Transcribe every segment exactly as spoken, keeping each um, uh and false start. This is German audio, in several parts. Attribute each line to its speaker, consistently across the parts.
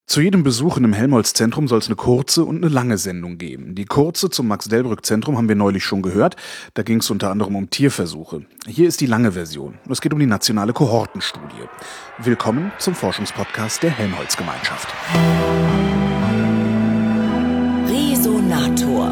Speaker 1: Zu jedem Besuch in einem Helmholtz-Zentrum soll es eine kurze und eine lange Sendung geben. Die kurze zum Max-Delbrück-Zentrum haben wir neulich schon gehört. Da ging es unter anderem um Tierversuche. Hier ist die lange Version. Es geht um die nationale Kohortenstudie. Willkommen zum Forschungspodcast der Helmholtz-Gemeinschaft.
Speaker 2: Resonator.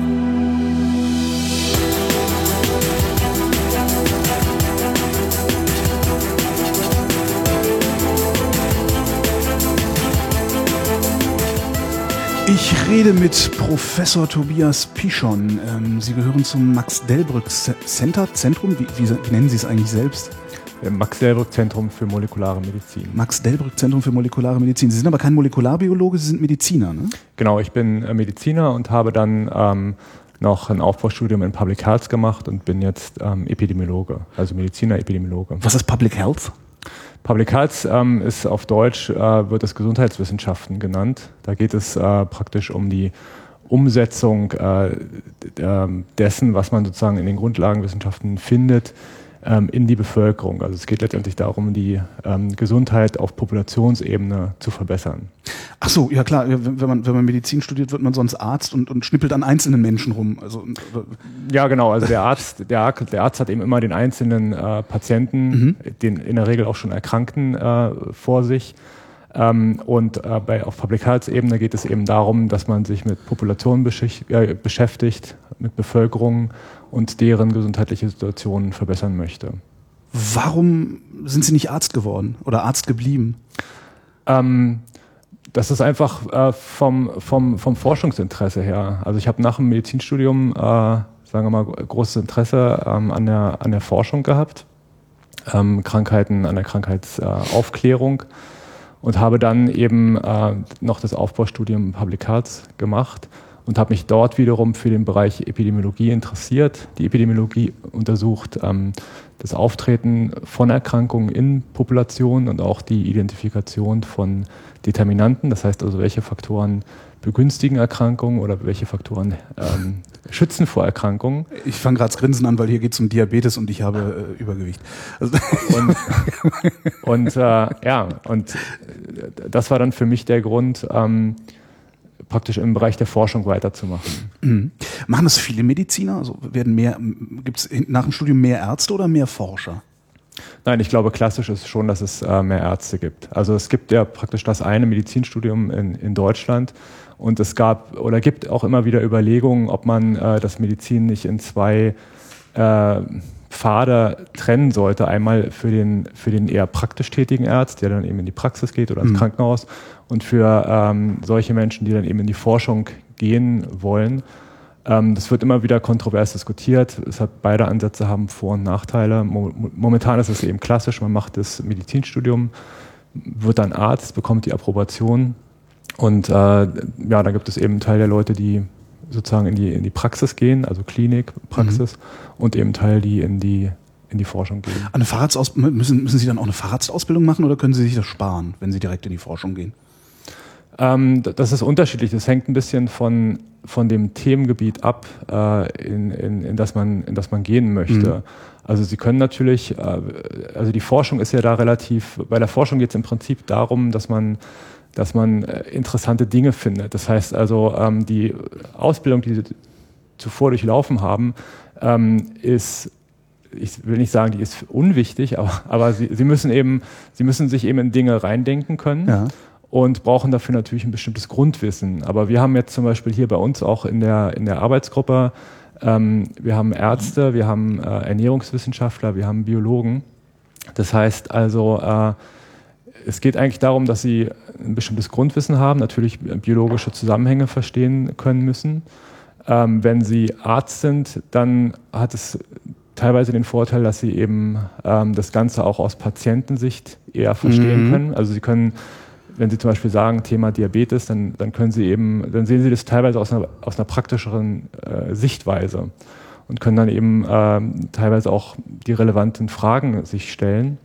Speaker 1: Ich rede mit Professor Tobias Pichon. Ähm, Sie gehören zum Max-Delbrück-Center, Zentrum, wie, wie, wie nennen Sie es eigentlich selbst?
Speaker 3: Max-Delbrück-Zentrum für molekulare Medizin.
Speaker 1: Max-Delbrück-Zentrum für molekulare Medizin. Sie sind aber kein Molekularbiologe, Sie sind Mediziner, ne?
Speaker 3: Genau, ich bin äh, Mediziner und habe dann ähm, noch ein Aufbaustudium in Public Health gemacht und bin jetzt ähm, Epidemiologe, also Mediziner-Epidemiologe.
Speaker 1: Was ist Public Health?
Speaker 3: Public Health ähm, ist auf Deutsch, äh, wird es Gesundheitswissenschaften genannt. Da geht es äh, praktisch um die Umsetzung äh, dessen, was man sozusagen in den Grundlagenwissenschaften findet, ähm, in die Bevölkerung. Also es geht letztendlich darum, die ähm, Gesundheit auf Populationsebene zu verbessern.
Speaker 1: Ach so, ja klar, wenn man, wenn man Medizin studiert, wird man sonst Arzt und, und schnippelt an einzelnen Menschen rum. Also,
Speaker 3: ja, genau, also der Arzt, der, der Arzt hat eben immer den einzelnen äh, Patienten, mhm. den in der Regel auch schon Erkrankten äh, vor sich. Ähm, und äh, bei, auf Public Health Ebene geht es eben darum, dass man sich mit Populationen besch- äh, beschäftigt, mit Bevölkerung und deren gesundheitliche Situationen verbessern möchte.
Speaker 1: Warum sind Sie nicht Arzt geworden oder Arzt geblieben? Ähm,
Speaker 3: Das ist einfach äh, vom, vom, vom Forschungsinteresse her. Also ich habe nach dem Medizinstudium, äh, sagen wir mal, großes Interesse ähm, an, der, an der Forschung gehabt, ähm, Krankheiten, an der Krankheitsaufklärung äh, und habe dann eben äh, noch das Aufbaustudium Public Health gemacht und habe mich dort wiederum für den Bereich Epidemiologie interessiert. Die Epidemiologie untersucht ähm, das Auftreten von Erkrankungen in Populationen und auch die Identifikation von Determinanten, das heißt also, welche Faktoren begünstigen Erkrankungen oder welche Faktoren ähm, schützen vor Erkrankungen.
Speaker 1: Ich fange gerade das Grinsen an, weil hier geht es um Diabetes und ich habe äh, Übergewicht. Also
Speaker 3: und und äh, ja, und das war dann für mich der Grund, ähm, praktisch im Bereich der Forschung weiterzumachen.
Speaker 1: Mhm. Machen das viele Mediziner? Also werden mehr, gibt es nach dem Studium mehr Ärzte oder mehr Forscher?
Speaker 3: Nein, ich glaube, klassisch ist schon, dass es äh, mehr Ärzte gibt. Also es gibt ja praktisch das eine Medizinstudium in, in Deutschland und es gab oder gibt auch immer wieder Überlegungen, ob man äh, das Medizin nicht in zwei äh, Pfade trennen sollte. Einmal für den, für den eher praktisch tätigen Arzt, der dann eben in die Praxis geht oder ins mhm. Krankenhaus und für ähm, solche Menschen, die dann eben in die Forschung gehen wollen. Das wird immer wieder kontrovers diskutiert. Es hat, beide Ansätze haben Vor- und Nachteile. Momentan ist es eben klassisch, man macht das Medizinstudium, wird dann Arzt, bekommt die Approbation und äh, ja, dann gibt es eben einen Teil der Leute, die sozusagen in die, in die Praxis gehen, also Klinik, Praxis mhm. und eben Teil, die in die, in die Forschung gehen.
Speaker 1: Eine Fahrradsaus- müssen, müssen Sie dann auch eine Fahrradsausbildung machen oder können Sie sich das sparen, wenn Sie direkt in die Forschung gehen?
Speaker 3: Ähm, das ist unterschiedlich. Das hängt ein bisschen von, von dem Themengebiet ab, äh, in, in, in, das man, in das man gehen möchte. Mhm. Also Sie können natürlich, äh, also die Forschung ist ja da relativ, bei der Forschung geht es im Prinzip darum, dass man, dass man äh, interessante Dinge findet. Das heißt also, ähm, die Ausbildung, die Sie zuvor durchlaufen haben, ähm, ist, ich will nicht sagen, die ist unwichtig, aber, aber Sie, Sie müssen eben, Sie müssen sich eben in Dinge reindenken können. Ja. Und brauchen dafür natürlich ein bestimmtes Grundwissen. Aber wir haben jetzt zum Beispiel hier bei uns auch in der, in der Arbeitsgruppe, ähm, wir haben Ärzte, wir haben äh, Ernährungswissenschaftler, wir haben Biologen. Das heißt also, äh, es geht eigentlich darum, dass sie ein bestimmtes Grundwissen haben, natürlich biologische Zusammenhänge verstehen können müssen. Ähm, wenn sie Arzt sind, dann hat es teilweise den Vorteil, dass sie eben ähm, das Ganze auch aus Patientensicht eher verstehen mhm. können. Also sie können, wenn Sie zum Beispiel sagen, Thema Diabetes, dann, dann können Sie eben, dann sehen Sie das teilweise aus einer, aus einer praktischeren äh, Sichtweise und können dann eben äh, teilweise auch die relevanten Fragen sich stellen.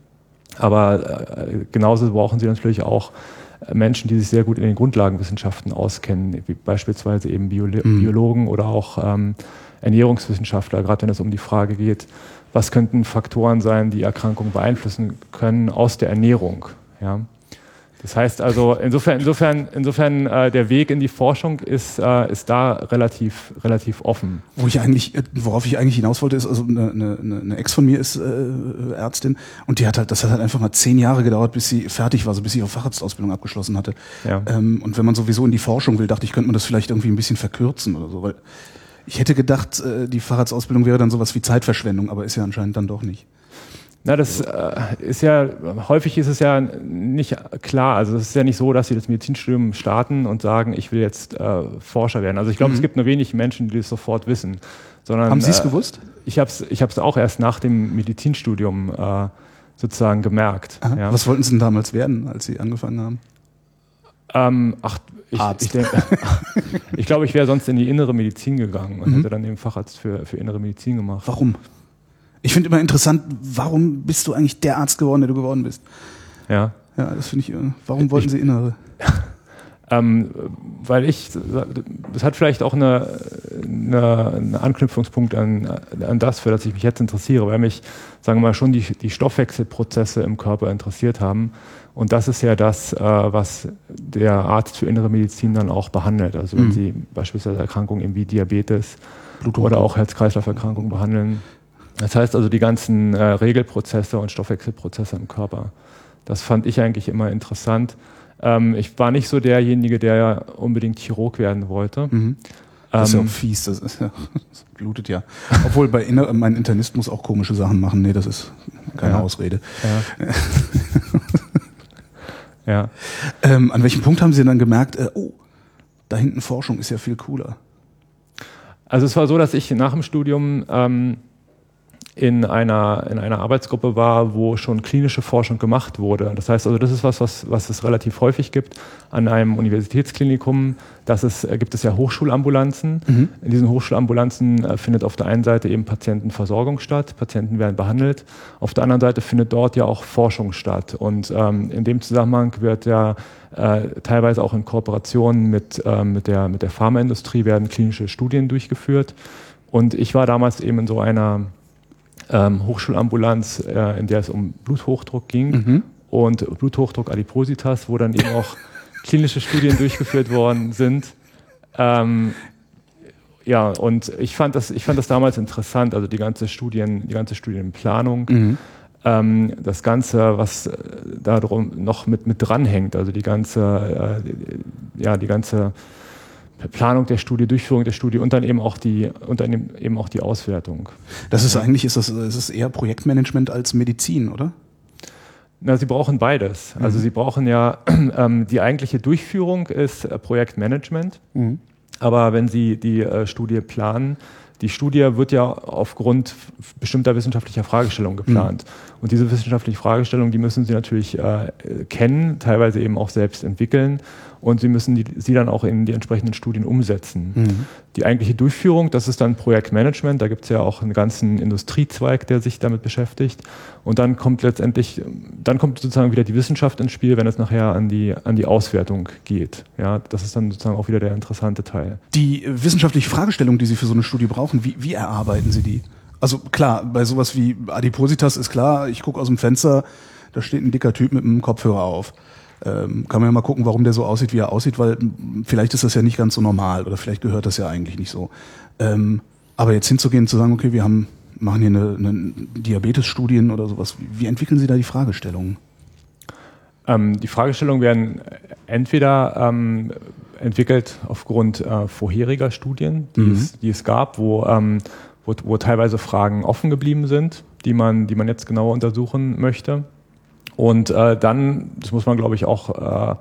Speaker 3: Aber äh, genauso brauchen Sie natürlich auch Menschen, die sich sehr gut in den Grundlagenwissenschaften auskennen, wie beispielsweise eben Biolo- mhm. Biologen oder auch ähm, Ernährungswissenschaftler, gerade wenn es um die Frage geht, was könnten Faktoren sein, die Erkrankungen beeinflussen können aus der Ernährung. Ja? Das heißt also, insofern, insofern, insofern äh, der Weg in die Forschung ist, äh, ist da relativ, relativ offen.
Speaker 1: Wo ich eigentlich, worauf ich eigentlich hinaus wollte, ist, also eine, eine, eine Ex von mir ist äh, Ärztin und die hat halt, das hat halt einfach mal zehn Jahre gedauert, bis sie fertig war, so bis sie ihre Facharztausbildung abgeschlossen hatte.
Speaker 3: Ja.
Speaker 1: Ähm, und wenn man sowieso in die Forschung will, dachte ich, könnte man das vielleicht irgendwie ein bisschen verkürzen oder so, weil ich hätte gedacht, äh, die Facharztausbildung wäre dann sowas wie Zeitverschwendung, aber ist ja anscheinend dann doch nicht.
Speaker 3: Na, das äh, ist ja, häufig ist es ja nicht klar, also es ist ja nicht so, dass sie das Medizinstudium starten und sagen, ich will jetzt äh, Forscher werden. Also ich glaube, mhm. es gibt nur wenig Menschen, die das sofort wissen. Sondern,
Speaker 1: haben Sie es
Speaker 3: äh,
Speaker 1: gewusst?
Speaker 3: Ich habe es ich hab's auch erst nach dem Medizinstudium äh, sozusagen gemerkt. Ja.
Speaker 1: Was wollten Sie denn damals werden, als Sie angefangen haben?
Speaker 3: Ähm, ach, ich,
Speaker 1: Arzt.
Speaker 3: ich, denk, ich glaube, ich wäre sonst in die innere Medizin gegangen und
Speaker 1: mhm.
Speaker 3: hätte dann eben Facharzt für, für innere Medizin gemacht.
Speaker 1: Warum? Ich finde immer interessant, warum bist du eigentlich der Arzt geworden, der du geworden bist?
Speaker 3: Ja.
Speaker 1: Ja, das finde ich, warum wollten ich, Sie Innere?
Speaker 3: ähm, weil ich, das hat vielleicht auch eine, eine, einen Anknüpfungspunkt an, an das, für das ich mich jetzt interessiere, weil mich, sagen wir mal, schon die, die Stoffwechselprozesse im Körper interessiert haben. Und das ist ja das, äh, was der Arzt für innere Medizin dann auch behandelt. Also wenn mhm. Sie beispielsweise Erkrankungen wie Diabetes Bluthochdruck oder auch Herz-Kreislauf-Erkrankungen behandeln. Das heißt also die ganzen äh, Regelprozesse und Stoffwechselprozesse im Körper. Das fand ich eigentlich immer interessant. Ähm, ich war nicht so derjenige, der unbedingt Chirurg werden wollte.
Speaker 1: Mhm. Das ähm, ist ja auch fies, das, ist ja, das blutet ja. Obwohl bei Inner, mein Internist muss auch komische Sachen machen. Nee, das ist keine ja. Ausrede.
Speaker 3: Ja. ja.
Speaker 1: Ähm, an welchem Punkt haben Sie dann gemerkt, äh, oh, da hinten Forschung ist ja viel cooler?
Speaker 3: Also es war so, dass ich nach dem Studium ähm, in einer, in einer Arbeitsgruppe war, wo schon klinische Forschung gemacht wurde. Das heißt also, das ist was, was, was es relativ häufig gibt an einem Universitätsklinikum. Das ist, gibt es ja Hochschulambulanzen. Mhm. In diesen Hochschulambulanzen äh, findet auf der einen Seite eben Patientenversorgung statt, Patienten werden behandelt. Auf der anderen Seite findet dort ja auch Forschung statt. Und ähm, in dem Zusammenhang wird ja äh, teilweise auch in Kooperation mit, äh, mit der, mit der Pharmaindustrie werden klinische Studien durchgeführt. Und ich war damals eben in so einer Ähm, Hochschulambulanz, äh, in der es um Bluthochdruck ging mhm. und Bluthochdruck Adipositas, wo dann eben auch klinische Studien durchgeführt worden sind. Ähm, ja, und ich fand das, ich fand das damals interessant, also die ganze Studien, die ganze Studienplanung, mhm. ähm, das Ganze, was da drum noch mit, mit dranhängt, also die ganze, äh, die, ja, die ganze Planung der Studie, Durchführung der Studie und dann eben auch die, und dann eben auch die Auswertung.
Speaker 1: Das ist eigentlich, ist das, ist das eher Projektmanagement als Medizin, oder?
Speaker 3: Na, Sie brauchen beides. Mhm. Also Sie brauchen ja, ähm, die eigentliche Durchführung ist äh, Projektmanagement, mhm. aber wenn Sie die äh, Studie planen, die Studie wird ja aufgrund bestimmter wissenschaftlicher Fragestellungen geplant. Mhm. Und diese wissenschaftlichen Fragestellungen, die müssen Sie natürlich äh, kennen, teilweise eben auch selbst entwickeln. Und Sie müssen die, sie dann auch in die entsprechenden Studien umsetzen. Mhm. Die eigentliche Durchführung, das ist dann Projektmanagement. Da gibt es ja auch einen ganzen Industriezweig, der sich damit beschäftigt. Und dann kommt letztendlich, dann kommt sozusagen wieder die Wissenschaft ins Spiel, wenn es nachher an die, an die Auswertung geht. Ja, das ist dann sozusagen auch wieder der interessante Teil.
Speaker 1: Die wissenschaftliche Fragestellung, die Sie für so eine Studie brauchen, wie, wie erarbeiten Sie die? Also klar, bei sowas wie Adipositas ist klar, ich gucke aus dem Fenster, da steht ein dicker Typ mit einem Kopfhörer auf. Ähm, kann man ja mal gucken, warum der so aussieht, wie er aussieht, weil m, vielleicht ist das ja nicht ganz so normal oder vielleicht gehört das ja eigentlich nicht so. Ähm, aber jetzt hinzugehen und zu sagen, okay, wir haben, machen hier eine, eine Diabetes-Studien oder sowas, wie, wie entwickeln Sie da die Fragestellungen?
Speaker 3: Ähm, die Fragestellungen werden entweder ähm, entwickelt aufgrund äh, vorheriger Studien, die, mhm. es, die es gab, wo, ähm, wo, wo teilweise Fragen offen geblieben sind, die man, die man jetzt genauer untersuchen möchte. Und äh, dann, das muss man glaube ich auch äh,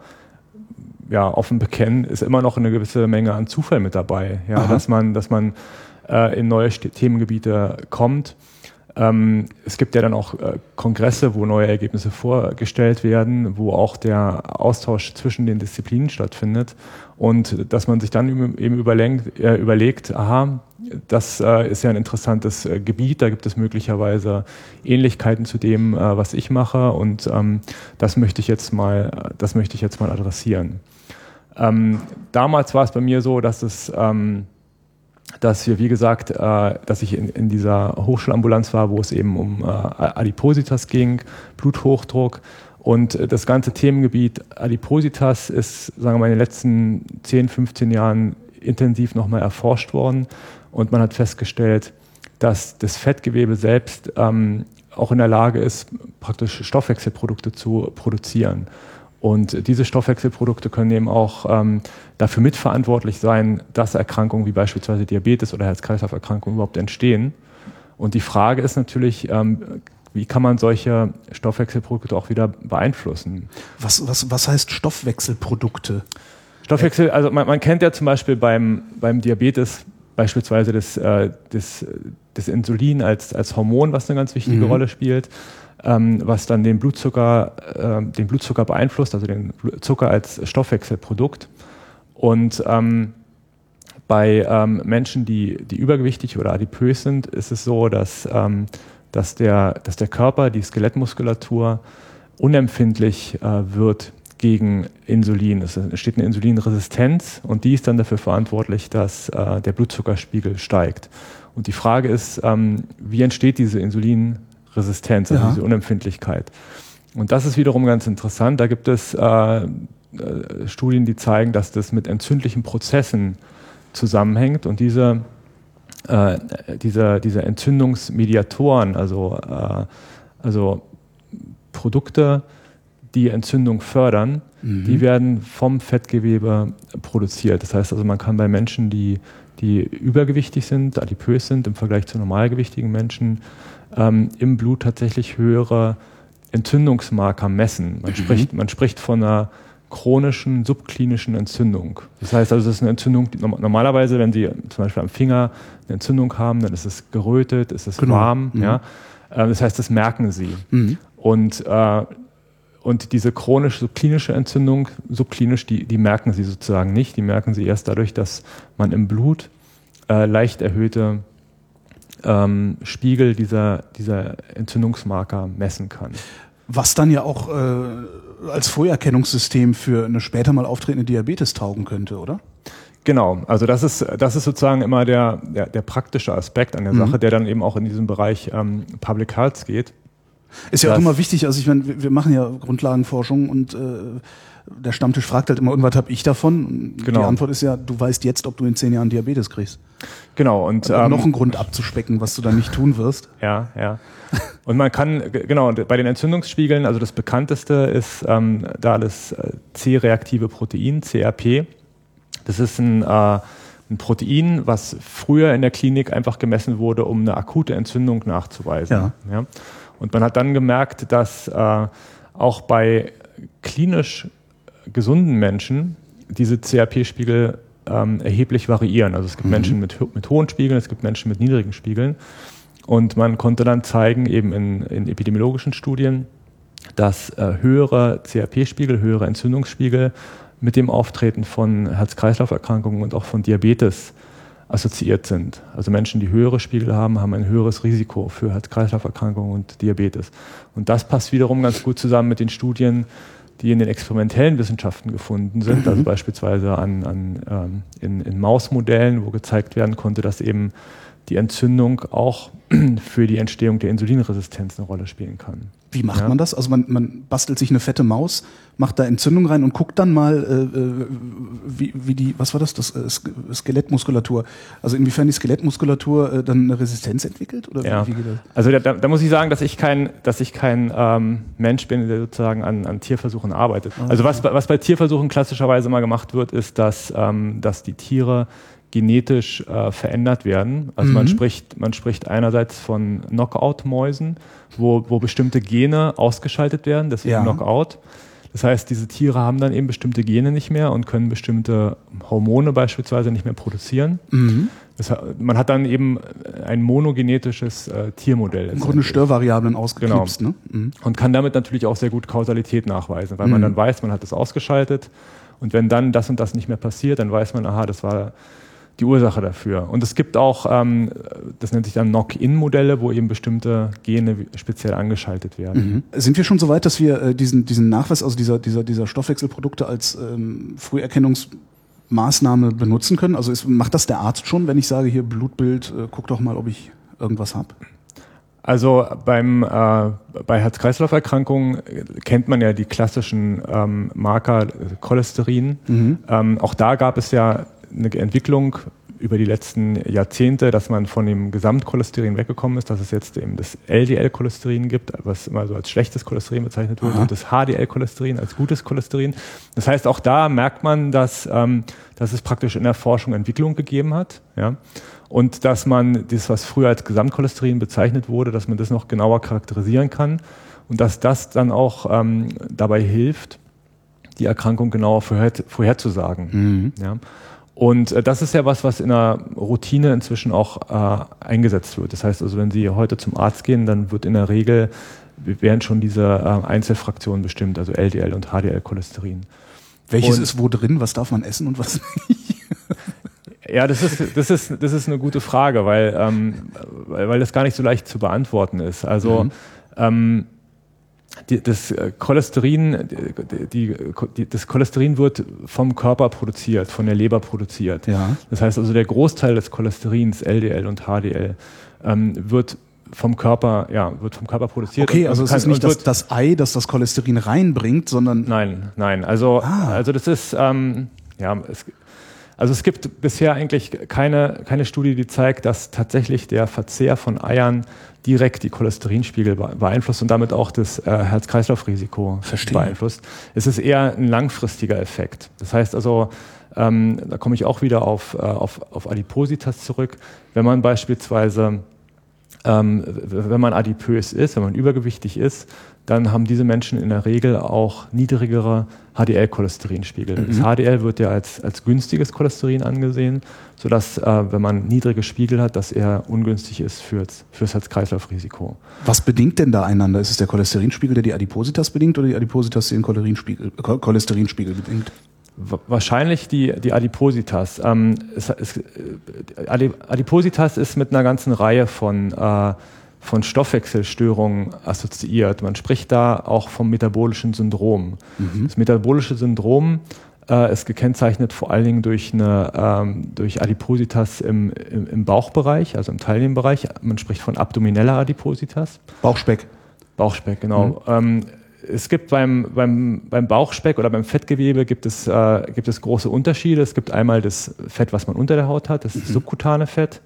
Speaker 3: ja, offen bekennen, ist immer noch eine gewisse Menge an Zufall mit dabei, ja, dass man, dass man äh, in neue St- Themengebiete kommt. Ähm, es gibt ja dann auch äh, Kongresse, wo neue Ergebnisse vorgestellt werden, wo auch der Austausch zwischen den Disziplinen stattfindet und dass man sich dann eben überlegt, äh, überlegt, aha, das äh, ist ja ein interessantes äh, Gebiet, da gibt es möglicherweise Ähnlichkeiten zu dem, äh, was ich mache und ähm, das möchte ich jetzt mal, das möchte ich jetzt mal adressieren. Ähm, damals war es bei mir so, dass es ähm, dass wir, wie gesagt, äh, dass ich in, in dieser Hochschulambulanz war, wo es eben um äh, Adipositas ging, Bluthochdruck Und das ganze Themengebiet Adipositas ist, sagen wir mal, in den letzten zehn, fünfzehn Jahren intensiv nochmal erforscht worden. Und man hat festgestellt, dass das Fettgewebe selbst ähm, auch in der Lage ist, praktisch Stoffwechselprodukte zu produzieren. Und diese Stoffwechselprodukte können eben auch ähm, dafür mitverantwortlich sein, dass Erkrankungen wie beispielsweise Diabetes oder Herz-Kreislauf-Erkrankungen überhaupt entstehen. Und die Frage ist natürlich, ähm, wie kann man solche Stoffwechselprodukte auch wieder beeinflussen?
Speaker 1: Was, was, was heißt Stoffwechselprodukte?
Speaker 3: Stoffwechsel, also man, man kennt ja zum Beispiel beim, beim Diabetes beispielsweise das, äh, das, das Insulin als, als Hormon, was eine ganz wichtige mhm. Rolle spielt, ähm, was dann den Blutzucker, äh, den Blutzucker beeinflusst, also den Zucker als Stoffwechselprodukt. Und ähm, bei ähm, Menschen, die, die übergewichtig oder adipös sind, ist es so, dass, ähm, dass, der, dass der Körper, die Skelettmuskulatur unempfindlich äh, wird gegen Insulin. Es entsteht eine Insulinresistenz und die ist dann dafür verantwortlich, dass äh, der Blutzuckerspiegel steigt. Und die Frage ist, ähm, wie entsteht diese Insulinresistenz, also ja. diese Unempfindlichkeit? Und das ist wiederum ganz interessant. Da gibt es äh, äh, Studien, die zeigen, dass das mit entzündlichen Prozessen zusammenhängt und diese, äh, diese, diese Entzündungsmediatoren, also, äh, also Produkte, die Entzündung fördern, mhm. die werden vom Fettgewebe produziert. Das heißt also, man kann bei Menschen, die, die übergewichtig sind, adipös sind im Vergleich zu normalgewichtigen Menschen, ähm, im Blut tatsächlich höhere Entzündungsmarker messen. Man, mhm. spricht, man spricht von einer chronischen, subklinischen Entzündung. Das heißt also, das ist eine Entzündung, die normalerweise, wenn Sie zum Beispiel am Finger eine Entzündung haben, dann ist es gerötet, ist es genau. warm. Mhm. Ja? Das heißt, das merken Sie. Mhm. Und äh, Und diese chronisch subklinische Entzündung, subklinisch, die, die merken Sie sozusagen nicht. Die merken Sie erst dadurch, dass man im Blut äh, leicht erhöhte ähm, Spiegel dieser, dieser Entzündungsmarker messen kann.
Speaker 1: Was dann ja auch äh, als Früherkennungssystem für eine später mal auftretende Diabetes taugen könnte, oder?
Speaker 3: Genau, also das ist, das ist sozusagen immer der, der, der praktische Aspekt an der mhm. Sache, der dann eben auch in diesem Bereich ähm, Public Health geht.
Speaker 1: Ist ja auch immer wichtig, also ich meine, wir machen ja Grundlagenforschung und äh, der Stammtisch fragt halt immer, und was habe ich davon? Und genau. Die Antwort ist ja, du weißt jetzt, ob du in zehn Jahren Diabetes kriegst.
Speaker 3: Genau. Und
Speaker 1: also ähm, noch ein Grund abzuspecken, was du dann nicht tun wirst.
Speaker 3: Ja, ja. Und man kann, genau, bei den Entzündungsspiegeln, also das bekannteste ist ähm, da das C-reaktive Protein, C R P. Das ist ein, äh, ein Protein, was früher in der Klinik einfach gemessen wurde, um eine akute Entzündung nachzuweisen. Ja. Ja. Und man hat dann gemerkt, dass äh, auch bei klinisch gesunden Menschen diese C R P-Spiegel ähm, erheblich variieren. Also es gibt mhm. Menschen mit, mit hohen Spiegeln, es gibt Menschen mit niedrigen Spiegeln. Und man konnte dann zeigen, eben in, in epidemiologischen Studien, dass äh, höhere C R P-Spiegel, höhere Entzündungsspiegel mit dem Auftreten von Herz-Kreislauf-Erkrankungen und auch von Diabetes assoziiert sind. Also Menschen, die höhere Spiegel haben, haben ein höheres Risiko für Herz-Kreislauf-Erkrankungen und Diabetes. Und das passt wiederum ganz gut zusammen mit den Studien, die in den experimentellen Wissenschaften gefunden sind, mhm. also beispielsweise an, an, ähm, in, in Mausmodellen, wo gezeigt werden konnte, dass eben die Entzündung auch für die Entstehung der Insulinresistenz eine Rolle spielen kann.
Speaker 1: Wie macht ja. man das? Also man, man bastelt sich eine fette Maus, macht da Entzündung rein und guckt dann mal, äh, wie, wie die, was war das, das äh, Skelettmuskulatur, also inwiefern die Skelettmuskulatur äh, dann eine Resistenz entwickelt? Oder
Speaker 3: ja.
Speaker 1: wie, wie geht das?
Speaker 3: Also da, da muss ich sagen, dass ich kein, dass ich kein ähm, Mensch bin, der sozusagen an, an Tierversuchen arbeitet. Okay. Also was, was bei Tierversuchen klassischerweise mal gemacht wird, ist, dass, ähm, dass die Tiere genetisch äh, verändert werden. Also mhm. man spricht, man spricht einerseits von Knockout-Mäusen, wo, wo bestimmte Gene ausgeschaltet werden, deswegen ja. Knockout. Das heißt, diese Tiere haben dann eben bestimmte Gene nicht mehr und können bestimmte Hormone beispielsweise nicht mehr produzieren. Mhm. Das, man hat dann eben ein monogenetisches äh, Tiermodell.
Speaker 1: Im Grunde Störvariablen ausgeknipst.
Speaker 3: Genau.
Speaker 1: Ne? Mhm.
Speaker 3: Und kann damit natürlich auch sehr gut Kausalität nachweisen, weil mhm. man dann weiß, man hat das ausgeschaltet und wenn dann das und das nicht mehr passiert, dann weiß man, aha, das war die Ursache dafür. Und es gibt auch, ähm, das nennt sich dann Knock-in-Modelle, wo eben bestimmte Gene speziell angeschaltet werden.
Speaker 1: Mhm. Sind wir schon so weit, dass wir äh, diesen, diesen Nachweis, also dieser, dieser, dieser Stoffwechselprodukte als ähm, Früherkennungsmaßnahme benutzen können? Also ist, macht das der Arzt schon, wenn ich sage, hier Blutbild, äh, guck doch mal, ob ich irgendwas habe?
Speaker 3: Also beim, äh, bei Herz-Kreislauf-Erkrankungen kennt man ja die klassischen ähm, Marker Cholesterin. Mhm. Ähm, auch da gab es ja eine Entwicklung über die letzten Jahrzehnte, dass man von dem Gesamtcholesterin weggekommen ist, dass es jetzt eben das L D L-Cholesterin gibt, was immer so als schlechtes Cholesterin bezeichnet wird, Aha. und das H D L-Cholesterin als gutes Cholesterin. Das heißt, auch da merkt man, dass, ähm, dass es praktisch in der Forschung Entwicklung gegeben hat, ja, und dass man das, was früher als Gesamtcholesterin bezeichnet wurde, dass man das noch genauer charakterisieren kann und dass das dann auch ähm, dabei hilft, die Erkrankung genauer vorher, vorherzusagen. Mhm. Ja. Und äh, das ist ja was, was in der Routine inzwischen auch äh, eingesetzt wird. Das heißt also, wenn Sie heute zum Arzt gehen, dann wird in der Regel, werden schon diese äh, Einzelfraktionen bestimmt, also L D L und H D L-Cholesterin.
Speaker 1: Welches und, ist wo drin? Was darf man essen und was nicht?
Speaker 3: Ja, das ist, das ist, das ist eine gute Frage, weil, ähm, weil, weil das gar nicht so leicht zu beantworten ist. Also, mhm. ähm, Die, das Cholesterin, die, die, das Cholesterin wird vom Körper produziert, von der Leber produziert. Ja. Das heißt also, der Großteil des Cholesterins, L D L und H D L, ähm, wird vom Körper, ja, wird vom Körper produziert.
Speaker 1: Okay, also es ist nicht das, das Ei, das das Cholesterin reinbringt, sondern...
Speaker 3: Nein, nein, also, ah. also das ist, ähm, ja, es, also es gibt bisher eigentlich keine, keine Studie, die zeigt, dass tatsächlich der Verzehr von Eiern direkt die Cholesterinspiegel beeinflusst und damit auch das äh, Herz-Kreislauf-Risiko beeinflusst. Es ist eher ein langfristiger Effekt. Das heißt also, ähm, da komme ich auch wieder auf, äh, auf, auf Adipositas zurück. Wenn man beispielsweise, ähm, wenn man adipös ist, wenn man übergewichtig ist, dann haben diese Menschen in der Regel auch niedrigere H D L-Cholesterinspiegel. Mhm. Das H D L wird ja als, als günstiges Cholesterin angesehen, sodass, äh, wenn man niedrige Spiegel hat, das eher ungünstig ist fürs, fürs Herz-Kreislauf-Risiko.
Speaker 1: Was bedingt denn da einander? Ist es der Cholesterinspiegel, der die Adipositas bedingt, oder die Adipositas, die den Cholesterinspiegel, Cholesterinspiegel bedingt?
Speaker 3: Wahrscheinlich die, die Adipositas. Ähm, es, es, Adipositas ist mit einer ganzen Reihe von äh, von Stoffwechselstörungen assoziiert. Man spricht da auch vom metabolischen Syndrom. Mhm. Das metabolische Syndrom äh, ist gekennzeichnet vor allen Dingen durch, eine, ähm, durch Adipositas im, im, im Bauchbereich, also im Teilnehmbereich. Man spricht von abdomineller Adipositas.
Speaker 1: Bauchspeck.
Speaker 3: Bauchspeck, genau. Mhm. Ähm, es gibt beim, beim, beim Bauchspeck oder beim Fettgewebe gibt es, äh, gibt es große Unterschiede. Es gibt einmal das Fett, was man unter der Haut hat, das ist mhm. subkutane Fett.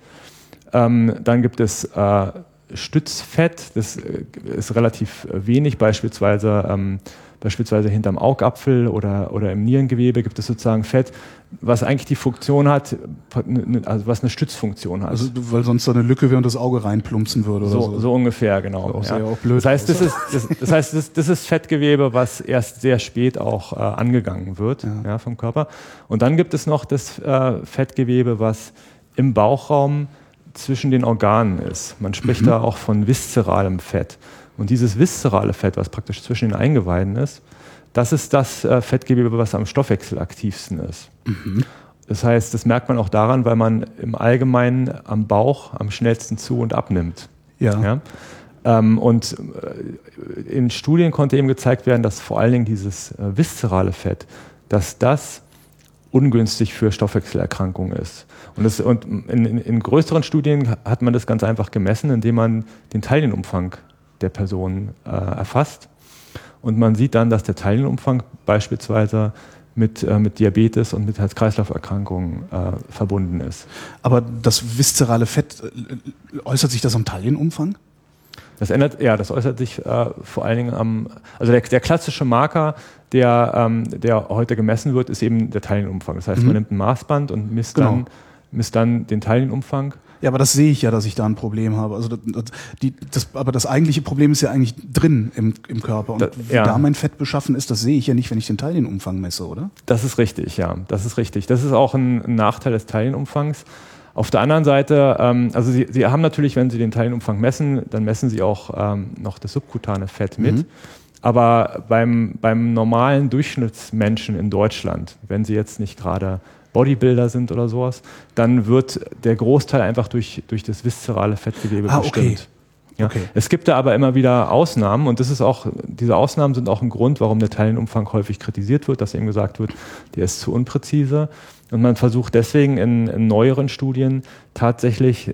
Speaker 3: Ähm, dann gibt es äh, Stützfett, das ist relativ wenig, beispielsweise, ähm, beispielsweise hinterm Augapfel oder, oder im Nierengewebe gibt es sozusagen Fett, was eigentlich die Funktion hat, also was eine Stützfunktion hat.
Speaker 1: Also weil sonst da eine Lücke wäre und das Auge reinplumpsen würde oder
Speaker 3: so.
Speaker 1: So,
Speaker 3: so ungefähr, genau.
Speaker 1: Ja.
Speaker 3: Ja.
Speaker 1: Auch blöd
Speaker 3: das heißt, das ist, das, das, heißt das, das ist Fettgewebe, was erst sehr spät auch äh, angegangen wird, ja. Ja, vom Körper. Und dann gibt es noch das äh, Fettgewebe, was im Bauchraum zwischen den Organen ist. Man spricht mhm. da auch von viszeralem Fett. Und dieses viszerale Fett, was praktisch zwischen den Eingeweiden ist, das ist das äh, Fettgewebe, was am stoffwechselaktivsten ist. Mhm. Das heißt, das merkt man auch daran, weil man im Allgemeinen am Bauch am schnellsten zu- und abnimmt. Ja. Ja? Ähm, und äh, in Studien konnte eben gezeigt werden, dass vor allen Dingen dieses äh, viszerale Fett, dass das ungünstig für Stoffwechselerkrankungen ist. Und, das, und in, in, in größeren Studien hat man das ganz einfach gemessen, indem man den Teilchenumfang der Person äh, erfasst. Und man sieht dann, dass der Teilchenumfang beispielsweise mit, äh, mit Diabetes und mit Herz-Kreislauf-Erkrankungen äh, verbunden ist.
Speaker 1: Aber das viszerale Fett, äh, äußert sich das am Teilchenumfang?
Speaker 3: Das ändert, ja, das äußert sich äh, vor allen Dingen am, also der, der klassische Marker, der, ähm, der heute gemessen wird, ist eben der Teilchenumfang. Das heißt, mhm. man nimmt ein Maßband und misst, genau. dann, misst dann den Teilchenumfang.
Speaker 1: Ja, aber das sehe ich ja, dass ich da ein Problem habe. Also das, die, das, aber das eigentliche Problem ist ja eigentlich drin im, im Körper. Und da, wie ja. da mein Fett beschaffen ist, das sehe ich ja nicht, wenn ich den Teilchenumfang messe, oder?
Speaker 3: Das ist richtig, ja. Das ist richtig. Das ist auch ein, ein Nachteil des Teilchenumfangs. Auf der anderen Seite, ähm, also Sie, Sie haben natürlich, wenn Sie den Teilchenumfang messen, dann messen Sie auch ähm, noch das subkutane Fett mit. Mhm. Aber beim, beim normalen Durchschnittsmenschen in Deutschland, wenn Sie jetzt nicht gerade Bodybuilder sind oder sowas, dann wird der Großteil einfach durch, durch das viszerale Fettgewebe
Speaker 1: ah,
Speaker 3: bestimmt.
Speaker 1: Okay.
Speaker 3: Ja.
Speaker 1: Okay.
Speaker 3: Es gibt da aber immer wieder Ausnahmen und das ist auch, diese Ausnahmen sind auch ein Grund, warum der Teilchenumfang häufig kritisiert wird, dass eben gesagt wird, der ist zu unpräzise. Und man versucht deswegen in, in neueren Studien tatsächlich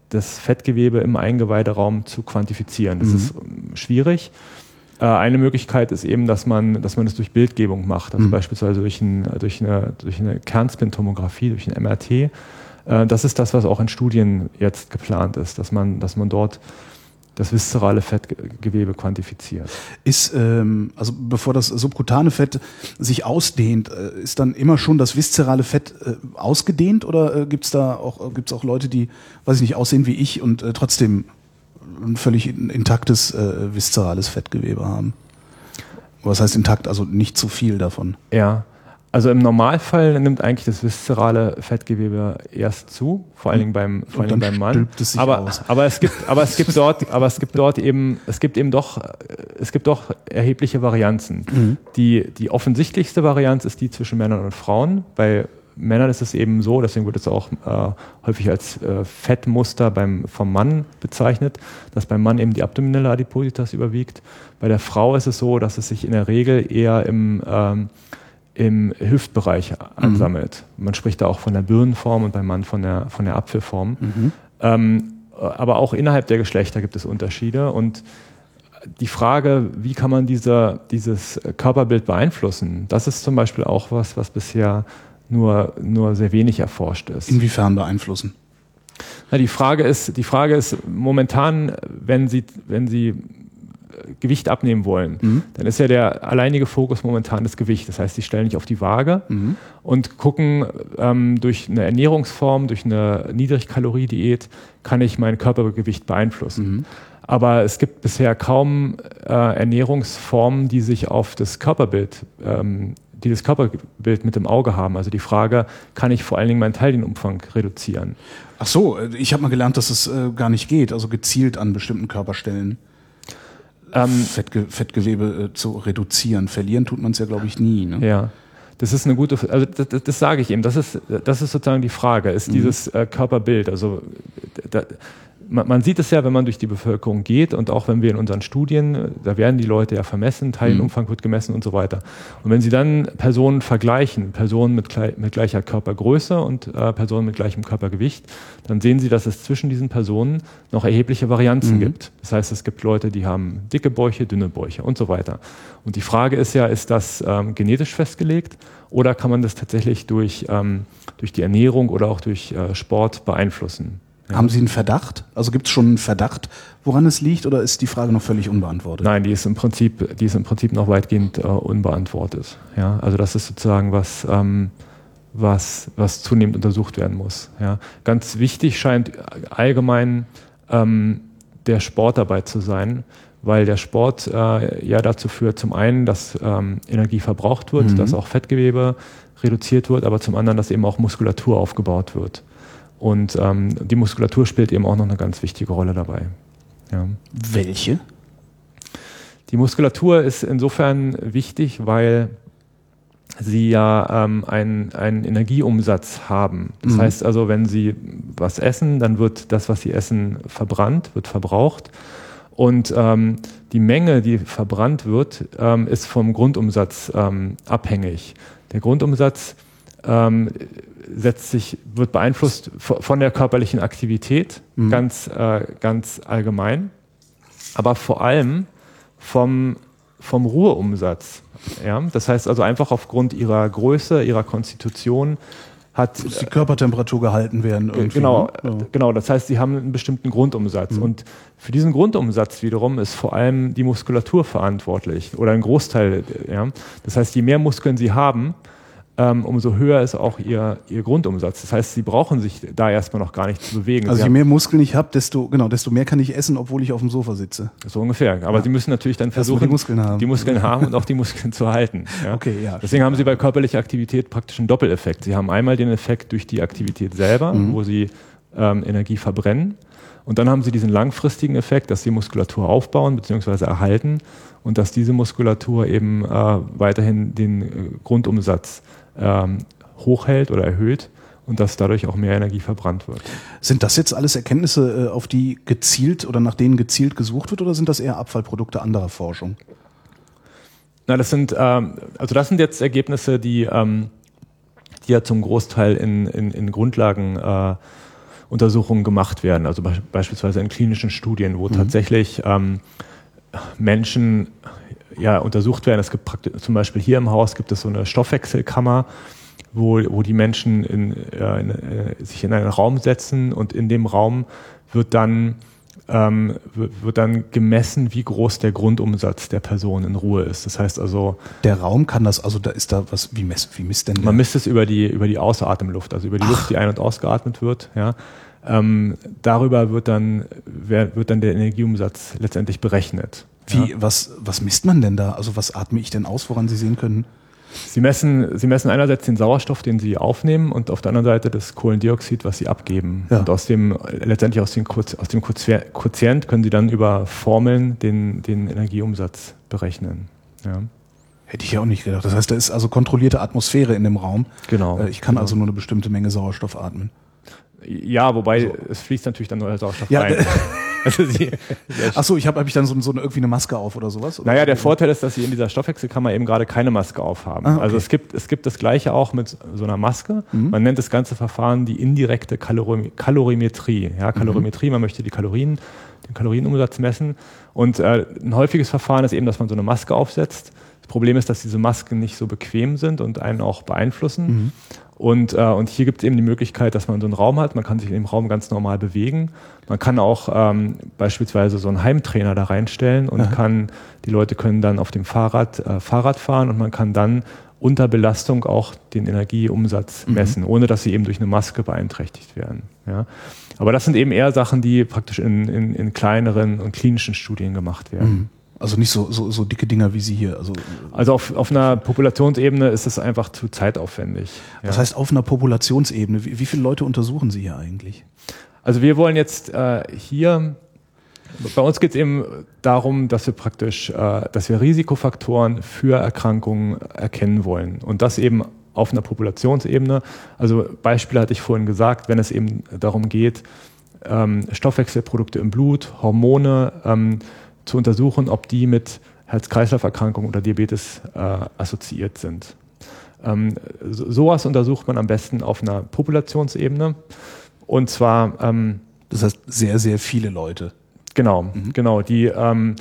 Speaker 3: das Fettgewebe im Eingeweideraum zu quantifizieren. Das mhm. ist schwierig. Äh, eine Möglichkeit ist eben, dass man, dass man das durch Bildgebung macht, also mhm. beispielsweise durch, ein, durch eine, durch eine Kernspintomographie, durch ein M R T. Äh, das ist das, was auch in Studien jetzt geplant ist, dass man, dass man dort das viszerale Fettgewebe quantifiziert.
Speaker 1: Ist, ähm, also bevor das subkutane Fett sich ausdehnt, äh, ist dann immer schon das viszerale Fett äh, ausgedehnt oder äh, gibt es da auch, gibt's auch Leute, die, weiß ich nicht, aussehen wie ich und äh, trotzdem ein völlig intaktes äh, viszerales Fettgewebe haben? Was heißt intakt? Also nicht zu viel davon.
Speaker 3: Ja. Also im Normalfall nimmt eigentlich das viszerale Fettgewebe erst zu, vor allen Dingen beim, vor allen Dingen beim Mann.
Speaker 1: Es sich
Speaker 3: aber,
Speaker 1: aus.
Speaker 3: aber es gibt, aber es gibt dort, aber es gibt dort eben, es gibt eben doch, es gibt doch erhebliche Varianzen. Mhm. Die, die offensichtlichste Varianz ist die zwischen Männern und Frauen. Bei Männern ist es eben so, deswegen wird es auch äh, häufig als äh, Fettmuster beim, vom Mann bezeichnet, dass beim Mann eben die abdominelle Adipositas überwiegt. Bei der Frau ist es so, dass es sich in der Regel eher im ähm, im Hüftbereich ansammelt. Mhm. Man spricht da auch von der Birnenform und beim Mann von der, von der Apfelform. Mhm. Ähm, aber auch innerhalb der Geschlechter gibt es Unterschiede. Und die Frage, wie kann man diese, dieses Körperbild beeinflussen, das ist zum Beispiel auch was, was bisher nur, nur sehr wenig erforscht ist.
Speaker 1: Inwiefern beeinflussen?
Speaker 3: Na, die Frage ist, die Frage ist momentan, wenn Sie, wenn Sie Gewicht abnehmen wollen, mhm. dann ist ja der alleinige Fokus momentan das Gewicht. Das heißt, sie stellen nicht auf die Waage mhm. und gucken, ähm, durch eine Ernährungsform, durch eine Niedrigkalorie-Diät kann ich mein Körpergewicht beeinflussen. Mhm. Aber es gibt bisher kaum äh, Ernährungsformen, die sich auf das Körperbild, ähm, die das Körperbild mit im Auge haben. Also die Frage, kann ich vor allen Dingen meinen Teilchenumfang reduzieren?
Speaker 1: Ach so, ich habe mal gelernt, dass es äh, gar nicht geht, also gezielt an bestimmten Körperstellen. Ähm, Fettge- Fettgewebe äh, zu reduzieren. Verlieren tut man es ja, glaube ich, nie. Ne?
Speaker 3: Ja, das ist eine gute, also das, das, das sage ich eben, das ist, das ist sozusagen die Frage, ist mhm. dieses äh, Körperbild, also da, man, man sieht es ja, wenn man durch die Bevölkerung geht und auch wenn wir in unseren Studien, da werden die Leute ja vermessen, Teilchenumfang mhm. wird gemessen und so weiter. Und wenn Sie dann Personen vergleichen, Personen mit, gleich, mit gleicher Körpergröße und äh, Personen mit gleichem Körpergewicht, dann sehen Sie, dass es zwischen diesen Personen noch erhebliche Varianzen mhm. gibt. Das heißt, es gibt Leute, die haben dicke Bäuche, dünne Bäuche und so weiter. Und die Frage ist ja, ist das ähm, genetisch festgelegt oder kann man das tatsächlich durch, ähm, durch die Ernährung oder auch durch äh, Sport beeinflussen? Ja.
Speaker 1: Haben Sie einen Verdacht? Also gibt es schon einen Verdacht, woran es liegt, oder ist die Frage noch völlig unbeantwortet?
Speaker 3: Nein, die ist im Prinzip, die ist im Prinzip noch weitgehend äh, unbeantwortet. Ja, also das ist sozusagen was, ähm, was, was zunehmend untersucht werden muss. Ja. Ganz wichtig scheint allgemein ähm, der Sport dabei zu sein, weil der Sport äh, ja dazu führt, zum einen, dass ähm, Energie verbraucht wird, mhm. dass auch Fettgewebe reduziert wird, aber zum anderen, dass eben auch Muskulatur aufgebaut wird. Und ähm, die Muskulatur spielt eben auch noch eine ganz wichtige Rolle dabei. Ja.
Speaker 1: Welche?
Speaker 3: Die Muskulatur ist insofern wichtig, weil sie ja ähm, einen, einen Energieumsatz haben. Das mhm. heißt also, wenn Sie was essen, dann wird das, was Sie essen, verbrannt, wird verbraucht. Und ähm, die Menge, die verbrannt wird, ähm, ist vom Grundumsatz ähm, abhängig. Der Grundumsatz ähm, setzt sich, wird beeinflusst von der körperlichen Aktivität, mhm. ganz, äh, ganz allgemein, aber vor allem vom, vom Ruheumsatz. Ja? Das heißt also einfach aufgrund ihrer Größe, ihrer Konstitution hat
Speaker 1: muss die Körpertemperatur gehalten werden.
Speaker 3: Genau,
Speaker 1: ne? ja.
Speaker 3: genau, das heißt, sie haben einen bestimmten Grundumsatz. Mhm. Und für diesen Grundumsatz wiederum ist vor allem die Muskulatur verantwortlich oder ein Großteil. Ja? Das heißt, je mehr Muskeln sie haben, ähm, umso höher ist auch ihr, ihr Grundumsatz. Das heißt, sie brauchen sich da erstmal noch gar nicht zu bewegen.
Speaker 1: Also
Speaker 3: sie
Speaker 1: je mehr Muskeln ich habe, desto, genau, desto mehr kann ich essen, obwohl ich auf dem Sofa sitze.
Speaker 3: So ungefähr. Aber ja. sie müssen natürlich dann versuchen,
Speaker 1: die Muskeln haben,
Speaker 3: die Muskeln haben und auch die Muskeln zu halten. Ja?
Speaker 1: Okay, ja.
Speaker 3: Deswegen haben sie bei körperlicher Aktivität praktisch einen Doppeleffekt. Sie haben einmal den Effekt durch die Aktivität selber, mhm. wo sie ähm, Energie verbrennen. Und dann haben sie diesen langfristigen Effekt, dass sie Muskulatur aufbauen bzw. erhalten und dass diese Muskulatur eben äh, weiterhin den äh, Grundumsatz ähm, hochhält oder erhöht und dass dadurch auch mehr Energie verbrannt wird.
Speaker 1: Sind das jetzt alles Erkenntnisse, auf die gezielt oder nach denen gezielt gesucht wird, oder sind das eher Abfallprodukte anderer Forschung?
Speaker 3: Na, das sind ähm, also das sind jetzt Ergebnisse, die, ähm, die ja zum Großteil in, in, in Grundlagen äh, Untersuchungen gemacht werden, also be beispielsweise in klinischen Studien, wo mhm. tatsächlich ähm, Menschen ja, untersucht werden. Es gibt praktisch, zum Beispiel hier im Haus gibt es so eine Stoffwechselkammer, wo, wo die Menschen in, äh, in, äh, sich in einen Raum setzen und in dem Raum wird dann, ähm, wird dann gemessen, wie groß der Grundumsatz der Person in Ruhe ist. Das heißt also...
Speaker 1: Der Raum kann das, also da ist da was, wie misst, wie misst denn der?
Speaker 3: Man misst es über die, über die Außeratemluft, also über die Ach. Luft, die ein- und ausgeatmet wird. Ja. Ähm, darüber wird dann, wer, wird dann der Energieumsatz letztendlich berechnet.
Speaker 1: Wie,
Speaker 3: ja.
Speaker 1: was, was misst man denn da? Also was atme ich denn aus, woran Sie sehen können?
Speaker 3: Sie messen, Sie messen einerseits den Sauerstoff, den Sie aufnehmen, und auf der anderen Seite das Kohlendioxid, was Sie abgeben. Ja. Und aus dem, letztendlich aus dem, aus dem Quotient können Sie dann über Formeln den, den Energieumsatz berechnen. Ja.
Speaker 1: Hätte ich ja auch nicht gedacht. Das heißt, da ist also kontrollierte Atmosphäre in dem Raum.
Speaker 3: Genau.
Speaker 1: Ich kann
Speaker 3: genau.
Speaker 1: also nur eine bestimmte Menge Sauerstoff atmen.
Speaker 3: Ja, wobei also. es fließt natürlich dann neuer Sauerstoff ja, rein. Also sie,
Speaker 1: Ach so, ich habe hab ich dann so, so eine, irgendwie eine Maske auf oder sowas? Oder?
Speaker 3: Naja, der Vorteil ist, dass Sie in dieser Stoffwechselkammer eben gerade keine Maske aufhaben. Ah, okay. Also es gibt, es gibt das Gleiche auch mit so einer Maske. Mhm. Man nennt das ganze Verfahren die indirekte Kalori Kalorimetrie. Ja, Kalorimetrie, mhm. man möchte die Kalorien, den Kalorienumsatz messen. Und äh, ein häufiges Verfahren ist eben, dass man so eine Maske aufsetzt. Das Problem ist, dass diese Masken nicht so bequem sind und einen auch beeinflussen. Mhm. Und, äh, und hier gibt es eben die Möglichkeit, dass man so einen Raum hat. Man kann sich in dem Raum ganz normal bewegen. Man kann auch ähm, beispielsweise so einen Heimtrainer da reinstellen und Aha. kann, die Leute können dann auf dem Fahrrad äh, Fahrrad fahren und man kann dann unter Belastung auch den Energieumsatz mhm. messen, ohne dass sie eben durch eine Maske beeinträchtigt werden. Ja. Aber das sind eben eher Sachen, die praktisch in, in, in kleineren und klinischen Studien gemacht werden.
Speaker 1: Mhm. Also nicht so, so, so dicke Dinger wie Sie hier. Also,
Speaker 3: also auf, auf einer Populationsebene ist es einfach zu zeitaufwendig.
Speaker 1: Das ja. heißt, auf einer Populationsebene, wie, wie viele Leute untersuchen Sie hier eigentlich?
Speaker 3: Also wir wollen jetzt äh, hier, bei uns geht es eben darum, dass wir praktisch, äh, dass wir Risikofaktoren für Erkrankungen erkennen wollen. Und das eben auf einer Populationsebene. Also Beispiele hatte ich vorhin gesagt, wenn es eben darum geht, ähm, Stoffwechselprodukte im Blut, Hormone, ähm, zu untersuchen, ob die mit Herz-Kreislauf-Erkrankungen oder Diabetes äh, assoziiert sind. Ähm, so, sowas untersucht man am besten auf einer Populationsebene. Und zwar... Ähm,
Speaker 1: das heißt, sehr, sehr viele Leute.
Speaker 3: Genau, mhm. genau. Die, ähm,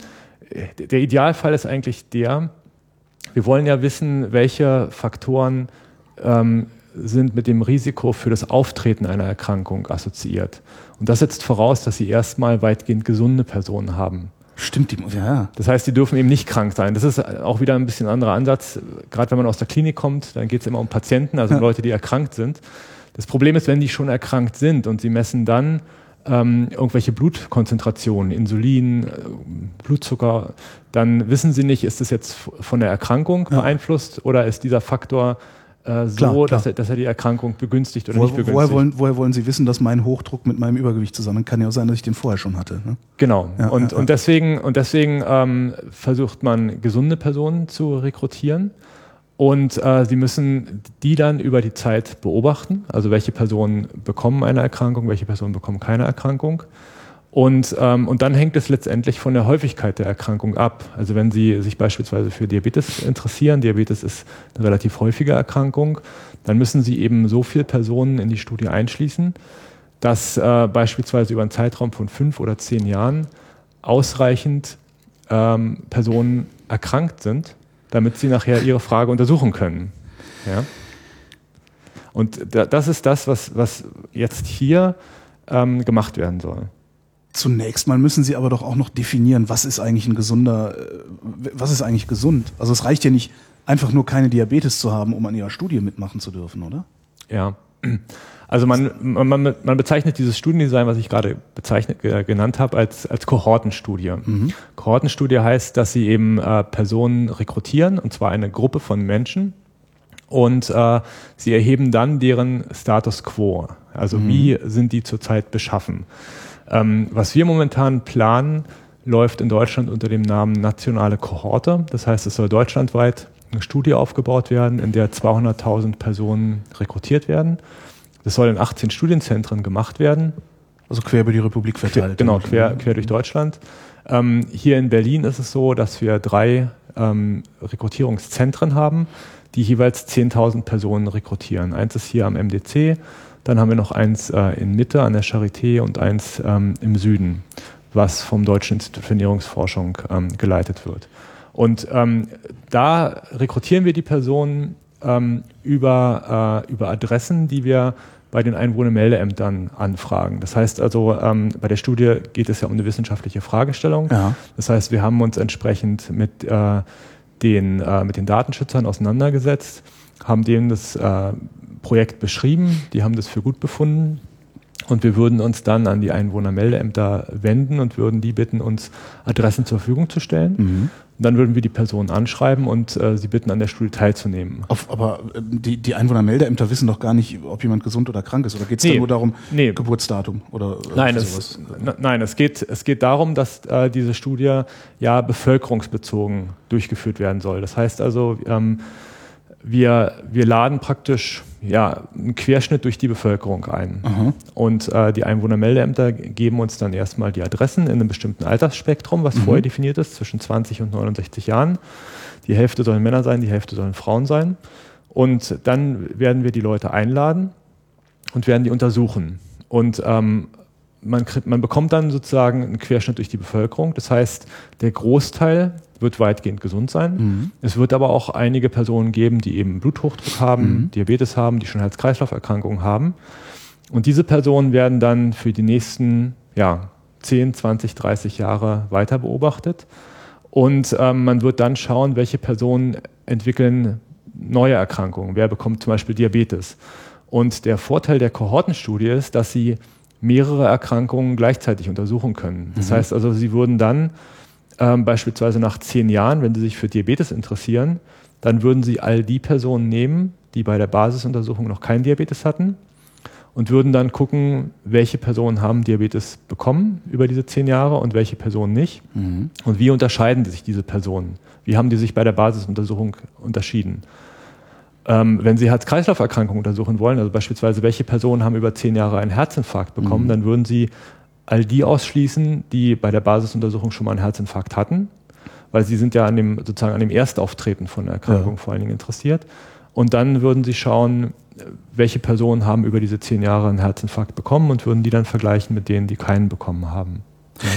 Speaker 3: der Idealfall ist eigentlich der, wir wollen ja wissen, welche Faktoren ähm, sind mit dem Risiko für das Auftreten einer Erkrankung assoziiert. Und das setzt voraus, dass Sie erstmal weitgehend gesunde Personen haben.
Speaker 1: Stimmt, die, ja.
Speaker 3: Das heißt, die dürfen eben nicht krank sein. Das ist auch wieder ein bisschen ein anderer Ansatz. Gerade wenn man aus der Klinik kommt, dann geht es immer um Patienten, also ja. Leute, die erkrankt sind. Das Problem ist, wenn die schon erkrankt sind und sie messen dann ähm, irgendwelche Blutkonzentrationen, Insulin, äh, Blutzucker, dann wissen sie nicht, ist das jetzt von der Erkrankung ja. beeinflusst oder ist dieser Faktor äh, so, klar, klar. Dass, er, dass er die Erkrankung begünstigt oder
Speaker 1: Wo,
Speaker 3: nicht begünstigt.
Speaker 1: Woher wollen, woher wollen Sie wissen, dass mein Hochdruck mit meinem Übergewicht zusammen kann? Ja auch sein, dass ich den vorher schon hatte. Ne?
Speaker 3: Genau.
Speaker 1: Ja,
Speaker 3: und,
Speaker 1: ja, ja.
Speaker 3: und deswegen, und deswegen ähm, versucht man, gesunde Personen zu rekrutieren. Und äh, sie müssen die dann über die Zeit beobachten. Also welche Personen bekommen eine Erkrankung, welche Personen bekommen keine Erkrankung. Und, ähm, und dann hängt es letztendlich von der Häufigkeit der Erkrankung ab. Also wenn Sie sich beispielsweise für Diabetes interessieren, Diabetes ist eine relativ häufige Erkrankung, dann müssen Sie eben so viele Personen in die Studie einschließen, dass äh, beispielsweise über einen Zeitraum von fünf oder zehn Jahren ausreichend ähm, Personen erkrankt sind, damit Sie nachher Ihre Frage untersuchen können. Ja? Und da, das ist das, was, was jetzt hier ähm, gemacht werden soll.
Speaker 1: Zunächst mal müssen Sie aber doch auch noch definieren, was ist eigentlich ein gesunder, was ist eigentlich gesund? Also es reicht ja nicht, einfach nur keine Diabetes zu haben, um an Ihrer Studie mitmachen zu dürfen, oder?
Speaker 3: Ja, also man, man, man bezeichnet dieses Studiendesign, was ich gerade bezeichnet, genannt habe, als, als Kohortenstudie. Mhm. Kohortenstudie heißt, dass Sie eben äh, Personen rekrutieren, und zwar eine Gruppe von Menschen, und äh, Sie erheben dann deren Status quo. Also mhm. wie sind die zurzeit beschaffen? Ähm, was wir momentan planen, läuft in Deutschland unter dem Namen nationale Kohorte. Das heißt, es soll deutschlandweit eine Studie aufgebaut werden, in der zweihunderttausend Personen rekrutiert werden. Das soll in achtzehn Studienzentren gemacht werden.
Speaker 1: Also quer über die Republik verteilt.
Speaker 3: Genau, quer, quer durch Deutschland. Ähm, hier in Berlin ist es so, dass wir drei ähm, Rekrutierungszentren haben, die jeweils zehntausend Personen rekrutieren. Eins ist hier am M D C, Dann haben wir noch eins äh, in Mitte an der Charité und eins ähm, im Süden, was vom Deutschen Institut für Ernährungsforschung ähm, geleitet wird. Und ähm, da rekrutieren wir die Personen ähm, über, äh, über Adressen, die wir bei den Einwohnermeldeämtern anfragen. Das heißt also, ähm, bei der Studie geht es ja um eine wissenschaftliche Fragestellung. Ja. Das heißt, wir haben uns entsprechend mit, äh, den, äh, mit den Datenschützern auseinandergesetzt, haben denen das äh, Projekt beschrieben, die haben das für gut befunden und wir würden uns dann an die Einwohnermeldeämter wenden und würden die bitten, uns Adressen zur Verfügung zu stellen. Mhm. Und dann würden wir die Personen anschreiben und äh, sie bitten, an der Studie teilzunehmen.
Speaker 1: Auf, aber äh, die, die Einwohnermeldeämter wissen doch gar nicht, ob jemand gesund oder krank ist. Oder geht es nee, da nur darum,
Speaker 3: nee.
Speaker 1: Geburtsdatum? Oder, oder
Speaker 3: nein, es, n- nein es, geht, es geht darum, dass äh, diese Studie ja bevölkerungsbezogen durchgeführt werden soll. Das heißt also, ähm, wir, wir laden praktisch ja, einen Querschnitt durch die Bevölkerung ein. Aha. Und äh, die Einwohnermeldeämter geben uns dann erstmal die Adressen in einem bestimmten Altersspektrum, was mhm. vorher definiert ist, zwischen zwanzig und neunundsechzig Jahren. Die Hälfte sollen Männer sein, die Hälfte sollen Frauen sein. Und dann werden wir die Leute einladen und werden die untersuchen. Und ähm, man, kriegt, man bekommt dann sozusagen einen Querschnitt durch die Bevölkerung. Das heißt, der Großteil wird weitgehend gesund sein. Mhm. Es wird aber auch einige Personen geben, die eben Bluthochdruck haben, mhm. Diabetes haben, die schon Herz-Kreislauf-Erkrankungen haben. Und diese Personen werden dann für die nächsten ja, zehn, zwanzig, dreißig Jahre weiter beobachtet. Und ähm, man wird dann schauen, welche Personen entwickeln neue Erkrankungen. Wer bekommt zum Beispiel Diabetes? Und der Vorteil der Kohortenstudie ist, dass sie mehrere Erkrankungen gleichzeitig untersuchen können. Das mhm. heißt also, sie würden dann Ähm, beispielsweise nach zehn Jahren, wenn Sie sich für Diabetes interessieren, dann würden Sie all die Personen nehmen, die bei der Basisuntersuchung noch keinen Diabetes hatten und würden dann gucken, welche Personen haben Diabetes bekommen über diese zehn Jahre und welche Personen nicht. Mhm. Und wie unterscheiden sich diese Personen? Wie haben die sich bei der Basisuntersuchung unterschieden? Ähm, wenn Sie Herz-Kreislauf-Erkrankungen untersuchen wollen, also beispielsweise welche Personen haben über zehn Jahre einen Herzinfarkt bekommen, mhm. dann würden Sie all die ausschließen, die bei der Basisuntersuchung schon mal einen Herzinfarkt hatten, weil sie sind ja an dem, sozusagen an dem Erstauftreten von der Erkrankung ja. vor allen Dingen interessiert. Und dann würden sie schauen, welche Personen haben über diese zehn Jahre einen Herzinfarkt bekommen und würden die dann vergleichen mit denen, die keinen bekommen haben. Ja.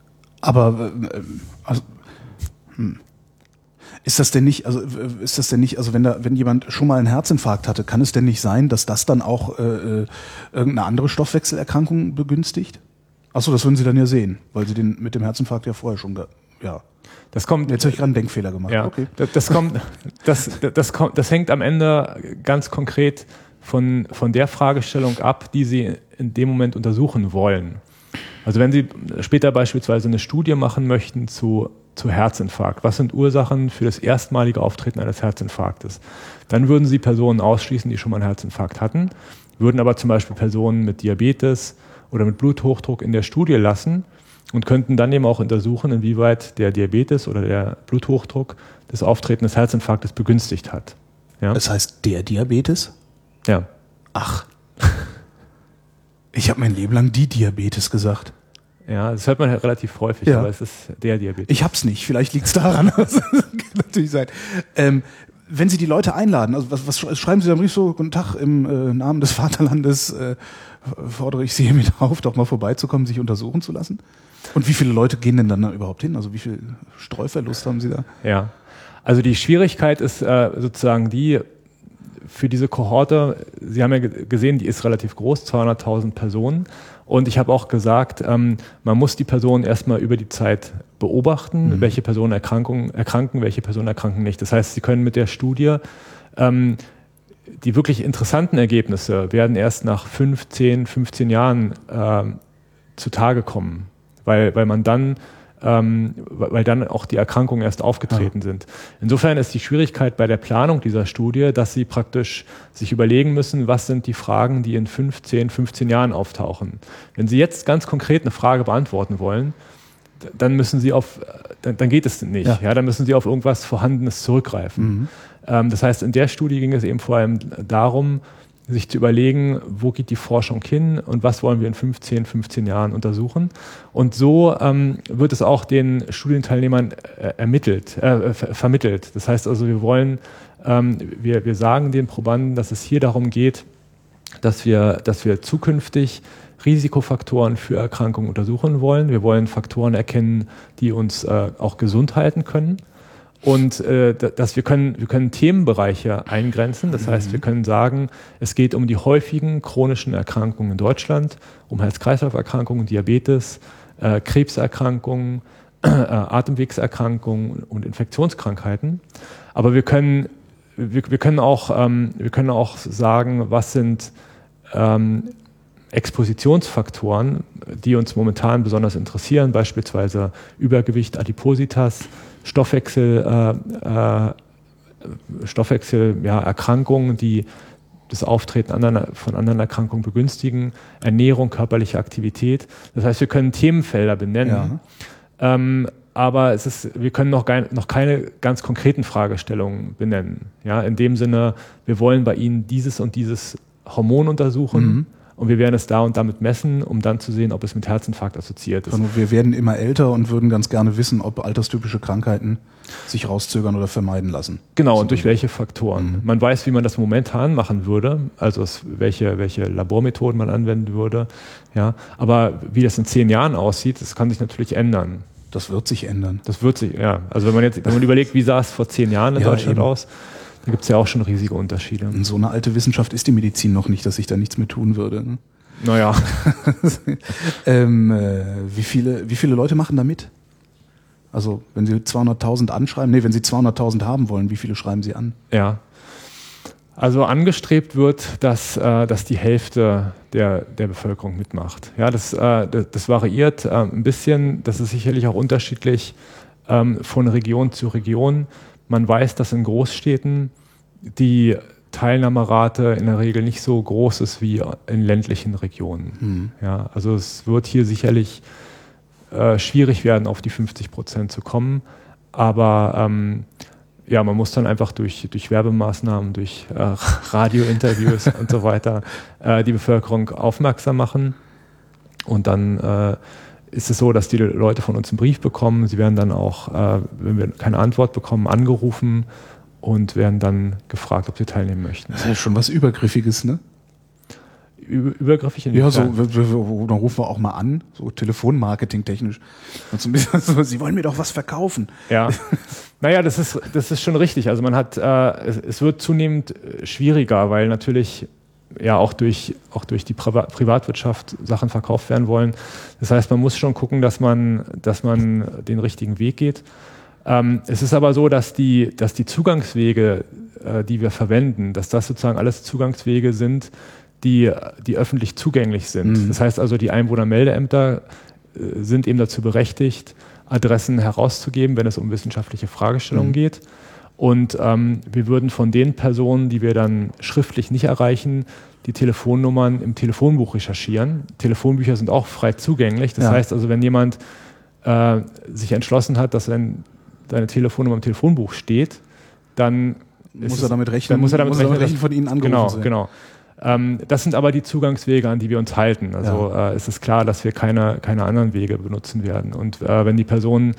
Speaker 1: Aber äh, also, hm. ist das denn nicht, also ist das denn nicht, also wenn da, wenn jemand schon mal einen Herzinfarkt hatte, kann es denn nicht sein, dass das dann auch äh, irgendeine andere Stoffwechselerkrankung begünstigt? Achso, das würden Sie dann ja sehen, weil Sie den mit dem Herzinfarkt ja vorher schon, ge- ja.
Speaker 3: Das kommt,
Speaker 1: Jetzt habe ich gerade einen Denkfehler gemacht.
Speaker 3: Ja,
Speaker 1: okay.
Speaker 3: das, das, kommt, das, das, kommt, das hängt am Ende ganz konkret von, von der Fragestellung ab, die Sie in dem Moment untersuchen wollen. Also wenn Sie später beispielsweise eine Studie machen möchten zu, zu Herzinfarkt, was sind Ursachen für das erstmalige Auftreten eines Herzinfarktes, dann würden Sie Personen ausschließen, die schon mal einen Herzinfarkt hatten, würden aber zum Beispiel Personen mit Diabetes oder mit Bluthochdruck in der Studie lassen und könnten dann eben auch untersuchen, inwieweit der Diabetes oder der Bluthochdruck das Auftreten des Herzinfarktes begünstigt hat. Ja?
Speaker 1: Das heißt, der Diabetes?
Speaker 3: Ja.
Speaker 1: Ach. Ich habe mein Leben lang die Diabetes gesagt.
Speaker 3: Ja, das hört man halt relativ häufig, ja. aber es ist der Diabetes.
Speaker 1: Ich hab's nicht, vielleicht liegt's daran. Das kann natürlich sein. Ähm, wenn Sie die Leute einladen, also was, was schreiben Sie da im Brief so, guten Tag, im äh, Namen des Vaterlandes äh, fordere ich Sie hiermit auf, doch mal vorbeizukommen, sich untersuchen zu lassen? Und wie viele Leute gehen denn dann da überhaupt hin? Also wie viel Streuverlust haben Sie da?
Speaker 3: Ja, also die Schwierigkeit ist äh, sozusagen die, für diese Kohorte, Sie haben ja gesehen, die ist relativ groß, zweihunderttausend Personen. Und ich habe auch gesagt, ähm, man muss die Personen erstmal über die Zeit beobachten, mhm. welche Personen erkranken, erkranken, welche Personen erkranken nicht. Das heißt, Sie können mit der Studie ähm, die wirklich interessanten Ergebnisse werden erst nach fünf, zehn, fünfzehn Jahren äh, zutage kommen, weil, weil man dann ähm, weil dann auch die Erkrankungen erst aufgetreten ja. sind. Insofern ist die Schwierigkeit bei der Planung dieser Studie, dass Sie praktisch sich überlegen müssen, was sind die Fragen, die in fünf, zehn, fünfzehn Jahren auftauchen. Wenn Sie jetzt ganz konkret eine Frage beantworten wollen, dann müssen Sie auf, dann, dann geht es nicht. Ja. Ja, dann müssen Sie auf irgendwas Vorhandenes zurückgreifen. Mhm. Ähm, das heißt, in der Studie ging es eben vor allem darum, sich zu überlegen, wo geht die Forschung hin und was wollen wir in fünfzehn, fünfzehn Jahren untersuchen. Und so ähm, wird es auch den Studienteilnehmern äh, ermittelt, äh, ver- vermittelt. Das heißt also, wir wollen, ähm, wir, wir sagen den Probanden, dass es hier darum geht, dass wir, dass wir zukünftig Risikofaktoren für Erkrankungen untersuchen wollen. Wir wollen Faktoren erkennen, die uns äh, auch gesund halten können. Und äh, dass wir können, wir können Themenbereiche eingrenzen. Das heißt, wir können sagen, es geht um die häufigen chronischen Erkrankungen in Deutschland, um Herz-Kreislauf-Erkrankungen, Diabetes, äh, Krebserkrankungen, äh, Atemwegserkrankungen und Infektionskrankheiten. Aber wir können, wir, wir können auch, ähm, wir können auch sagen, was sind ähm, Expositionsfaktoren, die uns momentan besonders interessieren, beispielsweise Übergewicht, Adipositas, Stoffwechsel, äh, äh, Stoffwechsel, ja, Erkrankungen, die das Auftreten anderen, von anderen Erkrankungen begünstigen, Ernährung, körperliche Aktivität. Das heißt, wir können Themenfelder benennen, ja. ähm, aber es ist, wir können noch, gar, noch keine ganz konkreten Fragestellungen benennen. Ja, in dem Sinne, wir wollen bei Ihnen dieses und dieses Hormon untersuchen. Mhm. Und wir werden es da und damit messen, um dann zu sehen, ob es mit Herzinfarkt assoziiert ist.
Speaker 1: Also wir werden immer älter und würden ganz gerne wissen, ob alterstypische Krankheiten sich rauszögern oder vermeiden lassen.
Speaker 3: Genau,
Speaker 1: so.
Speaker 3: Und durch welche Faktoren. Mhm. Man weiß, wie man das momentan machen würde, also es, welche, welche Labormethoden man anwenden würde. Ja, aber wie das in zehn Jahren aussieht, das kann sich natürlich ändern.
Speaker 1: Das wird sich ändern.
Speaker 3: Das wird sich, ja. Also wenn man jetzt wenn man überlegt, wie sah es vor zehn Jahren in ja, Deutschland eben. aus, da gibt es ja auch schon riesige Unterschiede.
Speaker 1: Und so eine alte Wissenschaft ist die Medizin noch nicht, dass sich da nichts mehr tun würde. Ne?
Speaker 3: Naja.
Speaker 1: ähm, äh, wie viele, wie viele Leute machen da mit? Also wenn Sie zweihunderttausend anschreiben, nee, wenn Sie zweihunderttausend haben wollen, wie viele schreiben Sie an?
Speaker 3: Ja. Also angestrebt wird, dass, äh, dass die Hälfte der, der Bevölkerung mitmacht. Ja, das, äh, das, das variiert äh, ein bisschen. Das ist sicherlich auch unterschiedlich ähm, von Region zu Region. Man weiß, dass in Großstädten die Teilnahmerate in der Regel nicht so groß ist wie in ländlichen Regionen. Mhm. Ja, also es wird hier sicherlich äh, schwierig werden, auf die fünfzig Prozent zu kommen. Aber ähm, ja, man muss dann einfach durch, durch Werbemaßnahmen, durch äh, Radiointerviews und so weiter äh, die Bevölkerung aufmerksam machen. Und dann äh, ist es so, dass die Leute von uns einen Brief bekommen. Sie werden dann auch, äh, wenn wir keine Antwort bekommen, angerufen und werden dann gefragt, ob sie teilnehmen möchten.
Speaker 1: Das ist ja schon was Übergriffiges, ne?
Speaker 3: Über, übergriffig in
Speaker 1: Ja, so, wir, wir, wir, dann rufen wir auch mal an, so Telefonmarketing-technisch. Und so ein bisschen so, Sie wollen mir doch was verkaufen.
Speaker 3: Ja, naja, das ist, das ist schon richtig. Also man hat, äh, es, es wird zunehmend schwieriger, weil natürlich ja auch durch, auch durch die Priva- Privatwirtschaft Sachen verkauft werden wollen. Das heißt, man muss schon gucken, dass man, dass man den richtigen Weg geht. Ähm, es ist aber so, dass die, dass die Zugangswege, äh, die wir verwenden, dass das sozusagen alles Zugangswege sind, die, die öffentlich zugänglich sind. Mhm. Das heißt also, die Einwohnermeldeämter äh, sind eben dazu berechtigt, Adressen herauszugeben, wenn es um wissenschaftliche Fragestellungen mhm. geht. Und ähm, wir würden von den Personen, die wir dann schriftlich nicht erreichen, die Telefonnummern im Telefonbuch recherchieren. Telefonbücher sind auch frei zugänglich. Das ja. heißt also, wenn jemand äh, sich entschlossen hat, dass sein, seine Telefonnummer im Telefonbuch steht, dann
Speaker 1: muss
Speaker 3: ist
Speaker 1: er damit rechnen,
Speaker 3: dann muss er damit
Speaker 1: muss
Speaker 3: rechnen,
Speaker 1: er rechnen von Ihnen angerufen
Speaker 3: genau,
Speaker 1: sein.
Speaker 3: Genau. Ähm, das sind aber die Zugangswege, an die wir uns halten. Also ja. äh, es ist klar, dass wir keine, keine anderen Wege benutzen werden. Und äh, wenn die Person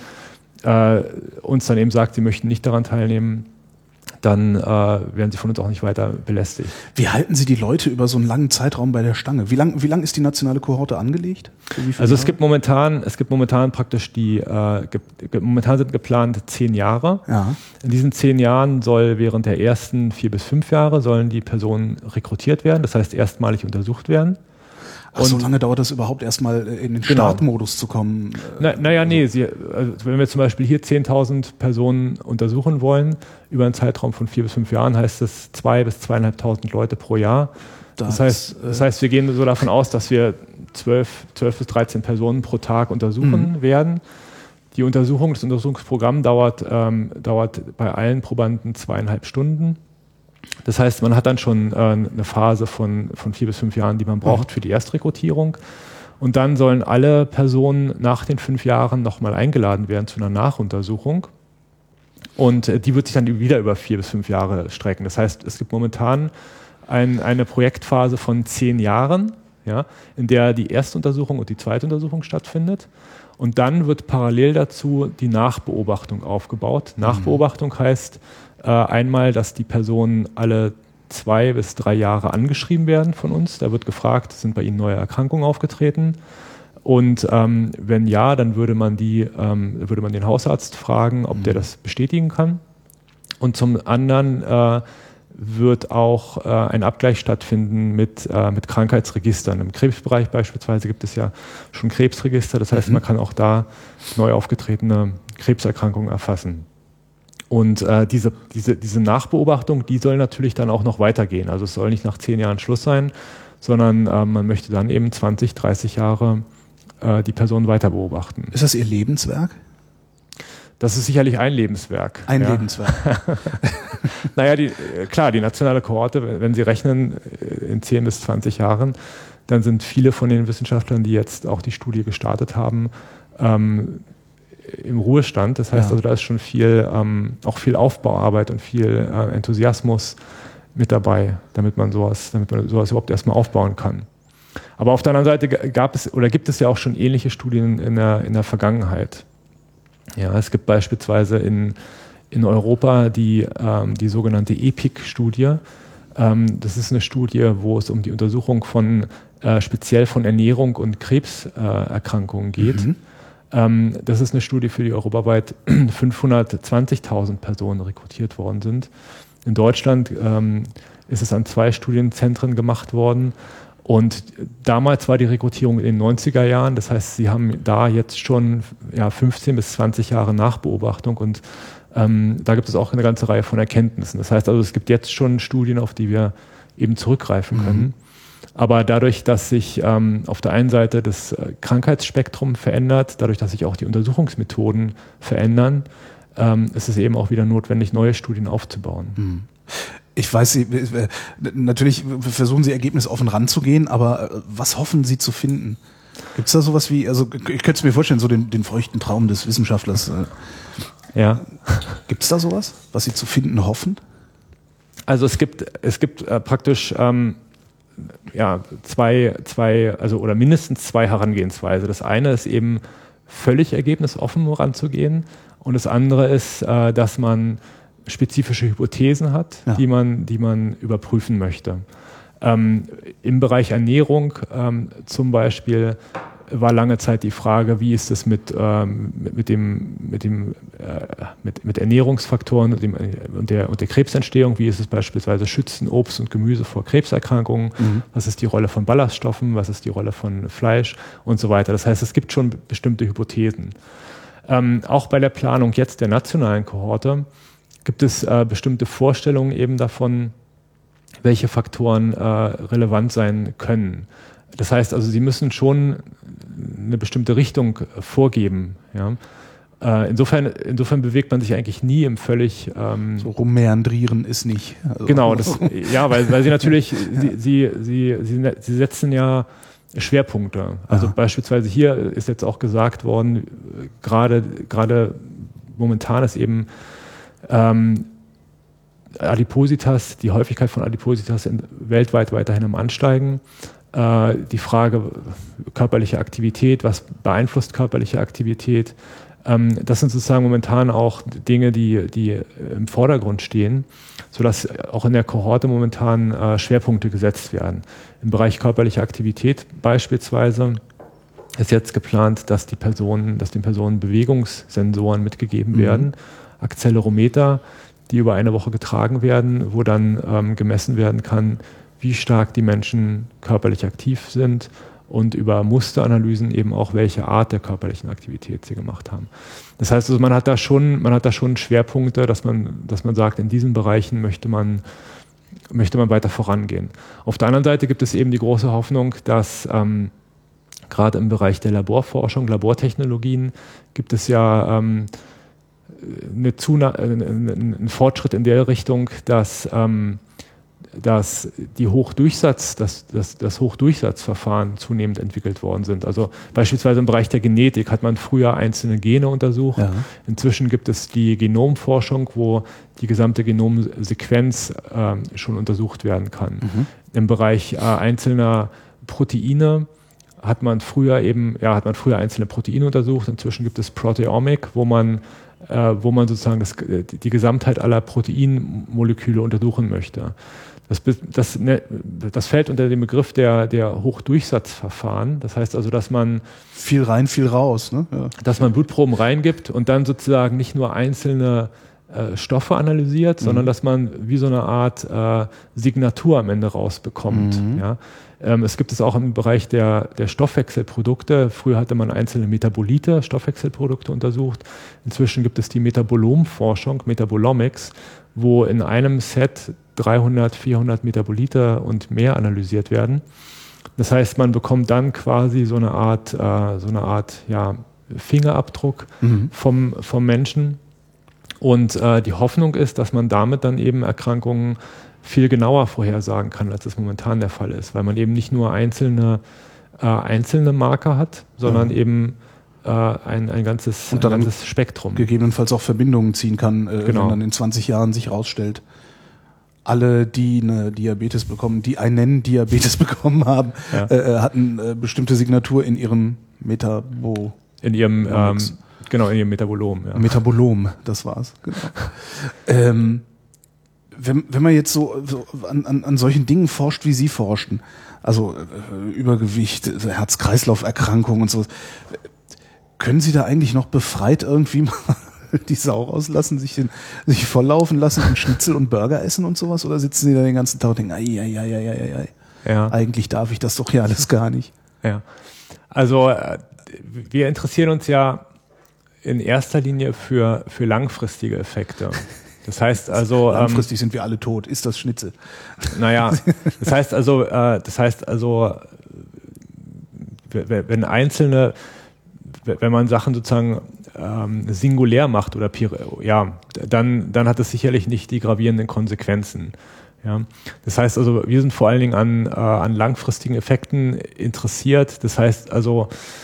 Speaker 3: äh, uns dann eben sagt, sie möchten nicht daran teilnehmen, dann äh, werden sie von uns auch nicht weiter belästigt.
Speaker 1: Wie halten Sie die Leute über so einen langen Zeitraum bei der Stange? Wie lang, wie lang ist die nationale Kohorte angelegt?
Speaker 3: Also es gibt momentan, es gibt momentan praktisch die, äh, ge, ge, momentan sind geplant zehn Jahre.
Speaker 1: Ja.
Speaker 3: In diesen zehn Jahren soll während der ersten vier bis fünf Jahre sollen die Personen rekrutiert werden, das heißt erstmalig untersucht werden.
Speaker 1: Ach, so lange dauert das überhaupt erstmal in den genau. Startmodus zu kommen?
Speaker 3: Na, naja, nee, Sie, also wenn wir zum Beispiel hier zehntausend Personen untersuchen wollen, über einen Zeitraum von vier bis fünf Jahren, heißt das zwei bis zweieinhalbtausend Leute pro Jahr. Das, das, heißt, das heißt, wir gehen so davon aus, dass wir zwölf, zwölf bis dreizehn Personen pro Tag untersuchen mhm. werden. Die Untersuchung, das Untersuchungsprogramm dauert, ähm, dauert bei allen Probanden zweieinhalb Stunden. Das heißt, man hat dann schon äh, eine Phase von, von vier bis fünf Jahren, die man braucht für die Erstrekrutierung. Und dann sollen alle Personen nach den fünf Jahren nochmal eingeladen werden zu einer Nachuntersuchung. Und äh, die wird sich dann wieder über vier bis fünf Jahre strecken. Das heißt, es gibt momentan ein, eine Projektphase von zehn Jahren, ja, in der die Erstuntersuchung und die Zweituntersuchung stattfindet. Und dann wird parallel dazu die Nachbeobachtung aufgebaut. Mhm. Nachbeobachtung heißt, Äh, einmal, dass die Personen alle zwei bis drei Jahre angeschrieben werden von uns. Da wird gefragt, sind bei Ihnen neue Erkrankungen aufgetreten? Und ähm, wenn ja, dann würde man, die, ähm, würde man den Hausarzt fragen, ob mhm. der das bestätigen kann. Und zum anderen äh, wird auch äh, ein Abgleich stattfinden mit, äh, mit Krankheitsregistern. Im Krebsbereich beispielsweise gibt es ja schon Krebsregister. Das heißt, mhm. man kann auch da neu aufgetretene Krebserkrankungen erfassen. Und äh, diese, diese, diese Nachbeobachtung, die soll natürlich dann auch noch weitergehen. Also es soll nicht nach zehn Jahren Schluss sein, sondern äh, man möchte dann eben zwanzig, dreißig Jahre äh, die Person weiter beobachten.
Speaker 1: Ist das Ihr Lebenswerk?
Speaker 3: Das ist sicherlich ein Lebenswerk.
Speaker 1: Ein
Speaker 3: ja.
Speaker 1: Lebenswerk.
Speaker 3: Naja, die, klar, die nationale Kohorte, wenn Sie rechnen in zehn bis zwanzig Jahren, dann sind viele von den Wissenschaftlern, die jetzt auch die Studie gestartet haben, ähm, im Ruhestand. Das heißt ja. also, da ist schon viel, ähm, auch viel Aufbauarbeit und viel äh, Enthusiasmus mit dabei, damit man sowas, damit man sowas überhaupt erstmal aufbauen kann. Aber auf der anderen Seite gab es oder gibt es ja auch schon ähnliche Studien in der, in der Vergangenheit. Ja, es gibt beispielsweise in, in Europa die, ähm, die sogenannte E P I C-Studie. Ähm, das ist eine Studie, wo es um die Untersuchung von äh, speziell von Ernährung und Krebserkrankungen äh, geht. Mhm. Ähm, das ist eine Studie, für die europaweit fünfhundertzwanzigtausend Personen rekrutiert worden sind. In Deutschland ähm, ist es an zwei Studienzentren gemacht worden. Und damals war die Rekrutierung in den neunziger Jahren, das heißt, sie haben da jetzt schon ja, fünfzehn bis zwanzig Jahre Nachbeobachtung und ähm, da gibt es auch eine ganze Reihe von Erkenntnissen. Das heißt also, es gibt jetzt schon Studien, auf die wir eben zurückgreifen können. Mhm. Aber dadurch, dass sich ähm, auf der einen Seite das äh, Krankheitsspektrum verändert, dadurch, dass sich auch die Untersuchungsmethoden verändern, ähm, ist es eben auch wieder notwendig, neue Studien aufzubauen.
Speaker 1: Mhm. Ich weiß, Sie, natürlich versuchen Sie ergebnisoffen ranzugehen, aber was hoffen Sie zu finden? Gibt es da sowas wie, also ich könnte es mir vorstellen, so den, den feuchten Traum des Wissenschaftlers.
Speaker 3: Ja.
Speaker 1: Gibt es da sowas, was Sie zu finden hoffen?
Speaker 3: Also es gibt, es gibt äh, praktisch ähm, ja, zwei, zwei, also oder mindestens zwei Herangehensweise. Das eine ist eben völlig ergebnisoffen ranzugehen und das andere ist, äh, dass man spezifische Hypothesen hat, ja. die man, die man überprüfen möchte. Ähm, im Bereich Ernährung ähm, zum Beispiel war lange Zeit die Frage, wie ist es mit, ähm, mit, mit, dem, mit, dem, äh, mit, mit Ernährungsfaktoren und, dem, und, der, und der Krebsentstehung, wie ist es beispielsweise schützen Obst und Gemüse vor Krebserkrankungen, mhm. was ist die Rolle von Ballaststoffen, was ist die Rolle von Fleisch und so weiter. Das heißt, es gibt schon bestimmte Hypothesen. Ähm, auch bei der Planung jetzt der nationalen Kohorte gibt es äh, bestimmte Vorstellungen eben davon, welche Faktoren äh, relevant sein können. Das heißt also, Sie müssen schon eine bestimmte Richtung vorgeben. Ja? Äh, insofern, insofern bewegt man sich eigentlich nie im völlig... Ähm,
Speaker 1: so rummeandrieren ist nicht.
Speaker 3: Also. Genau, das, ja, weil, weil Sie natürlich, Sie, Sie, Sie, Sie, Sie setzen ja Schwerpunkte. Also Aha. beispielsweise hier ist jetzt auch gesagt worden, gerade, gerade momentan ist eben Ähm, Adipositas, die Häufigkeit von Adipositas in, weltweit weiterhin am Ansteigen. Äh, die Frage körperliche Aktivität, was beeinflusst körperliche Aktivität? Ähm, das sind sozusagen momentan auch Dinge, die, die im Vordergrund stehen, sodass auch in der Kohorte momentan äh, Schwerpunkte gesetzt werden. Im Bereich körperliche Aktivität beispielsweise ist jetzt geplant, dass die Personen, dass den Personen Bewegungssensoren mitgegeben mhm. werden, Accelerometer, die über eine Woche getragen werden, wo dann ähm, gemessen werden kann, wie stark die Menschen körperlich aktiv sind und über Musteranalysen eben auch, welche Art der körperlichen Aktivität sie gemacht haben. Das heißt, also man hat da schon, man hat da schon Schwerpunkte, dass man, dass man sagt, in diesen Bereichen möchte man, möchte man weiter vorangehen. Auf der anderen Seite gibt es eben die große Hoffnung, dass ähm, gerade im Bereich der Laborforschung, Labortechnologien, gibt es ja ähm, Eine Zuna- ein, ein Fortschritt in der Richtung, dass, ähm, dass die Hochdurchsatz, dass, dass, das Hochdurchsatzverfahren zunehmend entwickelt worden sind. Also beispielsweise im Bereich der Genetik hat man früher einzelne Gene untersucht. Ja. Inzwischen gibt es die Genomforschung, wo die gesamte Genomsequenz ähm, schon untersucht werden kann. Mhm. Im Bereich äh, einzelner Proteine hat man früher eben, ja, hat man früher einzelne Proteine untersucht. Inzwischen gibt es Proteomic, wo man Äh, wo man sozusagen das, die Gesamtheit aller Proteinmoleküle untersuchen möchte. Das, das, das fällt unter den Begriff der, der Hochdurchsatzverfahren. Das heißt also, dass man
Speaker 1: viel rein, viel raus, ne? Ja.
Speaker 3: Dass man Blutproben reingibt und dann sozusagen nicht nur einzelne äh, Stoffe analysiert, mhm. sondern dass man wie so eine Art äh, Signatur am Ende rausbekommt. Mhm. Ja? Ähm, es gibt es auch im Bereich der, der Stoffwechselprodukte. Früher hatte man einzelne Metabolite, Stoffwechselprodukte untersucht. Inzwischen gibt es die Metabolomforschung, Metabolomics, wo in einem Set dreihundert, vierhundert Metabolite und mehr analysiert werden. Das heißt, man bekommt dann quasi so eine Art, äh, so eine Art ja, Fingerabdruck mhm. vom, vom Menschen. Und äh, die Hoffnung ist, dass man damit dann eben Erkrankungen viel genauer vorhersagen kann, als es momentan der Fall ist, weil man eben nicht nur einzelne, äh, einzelne Marker hat, sondern mhm. eben äh, ein, ein ganzes,
Speaker 1: und dann
Speaker 3: ein ganzes Spektrum.
Speaker 1: Gegebenenfalls auch Verbindungen ziehen kann, äh,
Speaker 3: genau.
Speaker 1: wenn dann in zwanzig Jahren sich rausstellt, alle, die eine Diabetes bekommen, die einen Diabetes bekommen haben, ja. äh, hatten äh, bestimmte Signatur in ihrem Metabo.
Speaker 3: In ihrem, ähm, genau, in ihrem Metabolom. Ja.
Speaker 1: Metabolom, das war's. Genau. ähm, wenn, wenn man jetzt so, so an, an, an solchen Dingen forscht, wie Sie forschten, also äh, Übergewicht, Herz-Kreislauf-Erkrankungen und so, können Sie da eigentlich noch befreit irgendwie mal die Sau rauslassen, sich, den, sich volllaufen lassen und Schnitzel und Burger essen und sowas? Oder sitzen Sie da den ganzen Tag und denken, ai, ai, ai, ai, ai, ai. Ja. Eigentlich darf ich das doch hier alles gar nicht.
Speaker 3: Ja, also wir interessieren uns ja in erster Linie für, für langfristige Effekte. Das heißt also...
Speaker 1: Langfristig ähm, sind wir alle tot. Ist das Schnitzel?
Speaker 3: Naja, das heißt also, äh, das heißt also, wenn einzelne, wenn man Sachen sozusagen ähm, singulär macht oder ja, dann, dann hat es sicherlich nicht die gravierenden Konsequenzen. Ja. Das heißt also, wir sind vor allen Dingen an, äh, an langfristigen Effekten interessiert. Das heißt also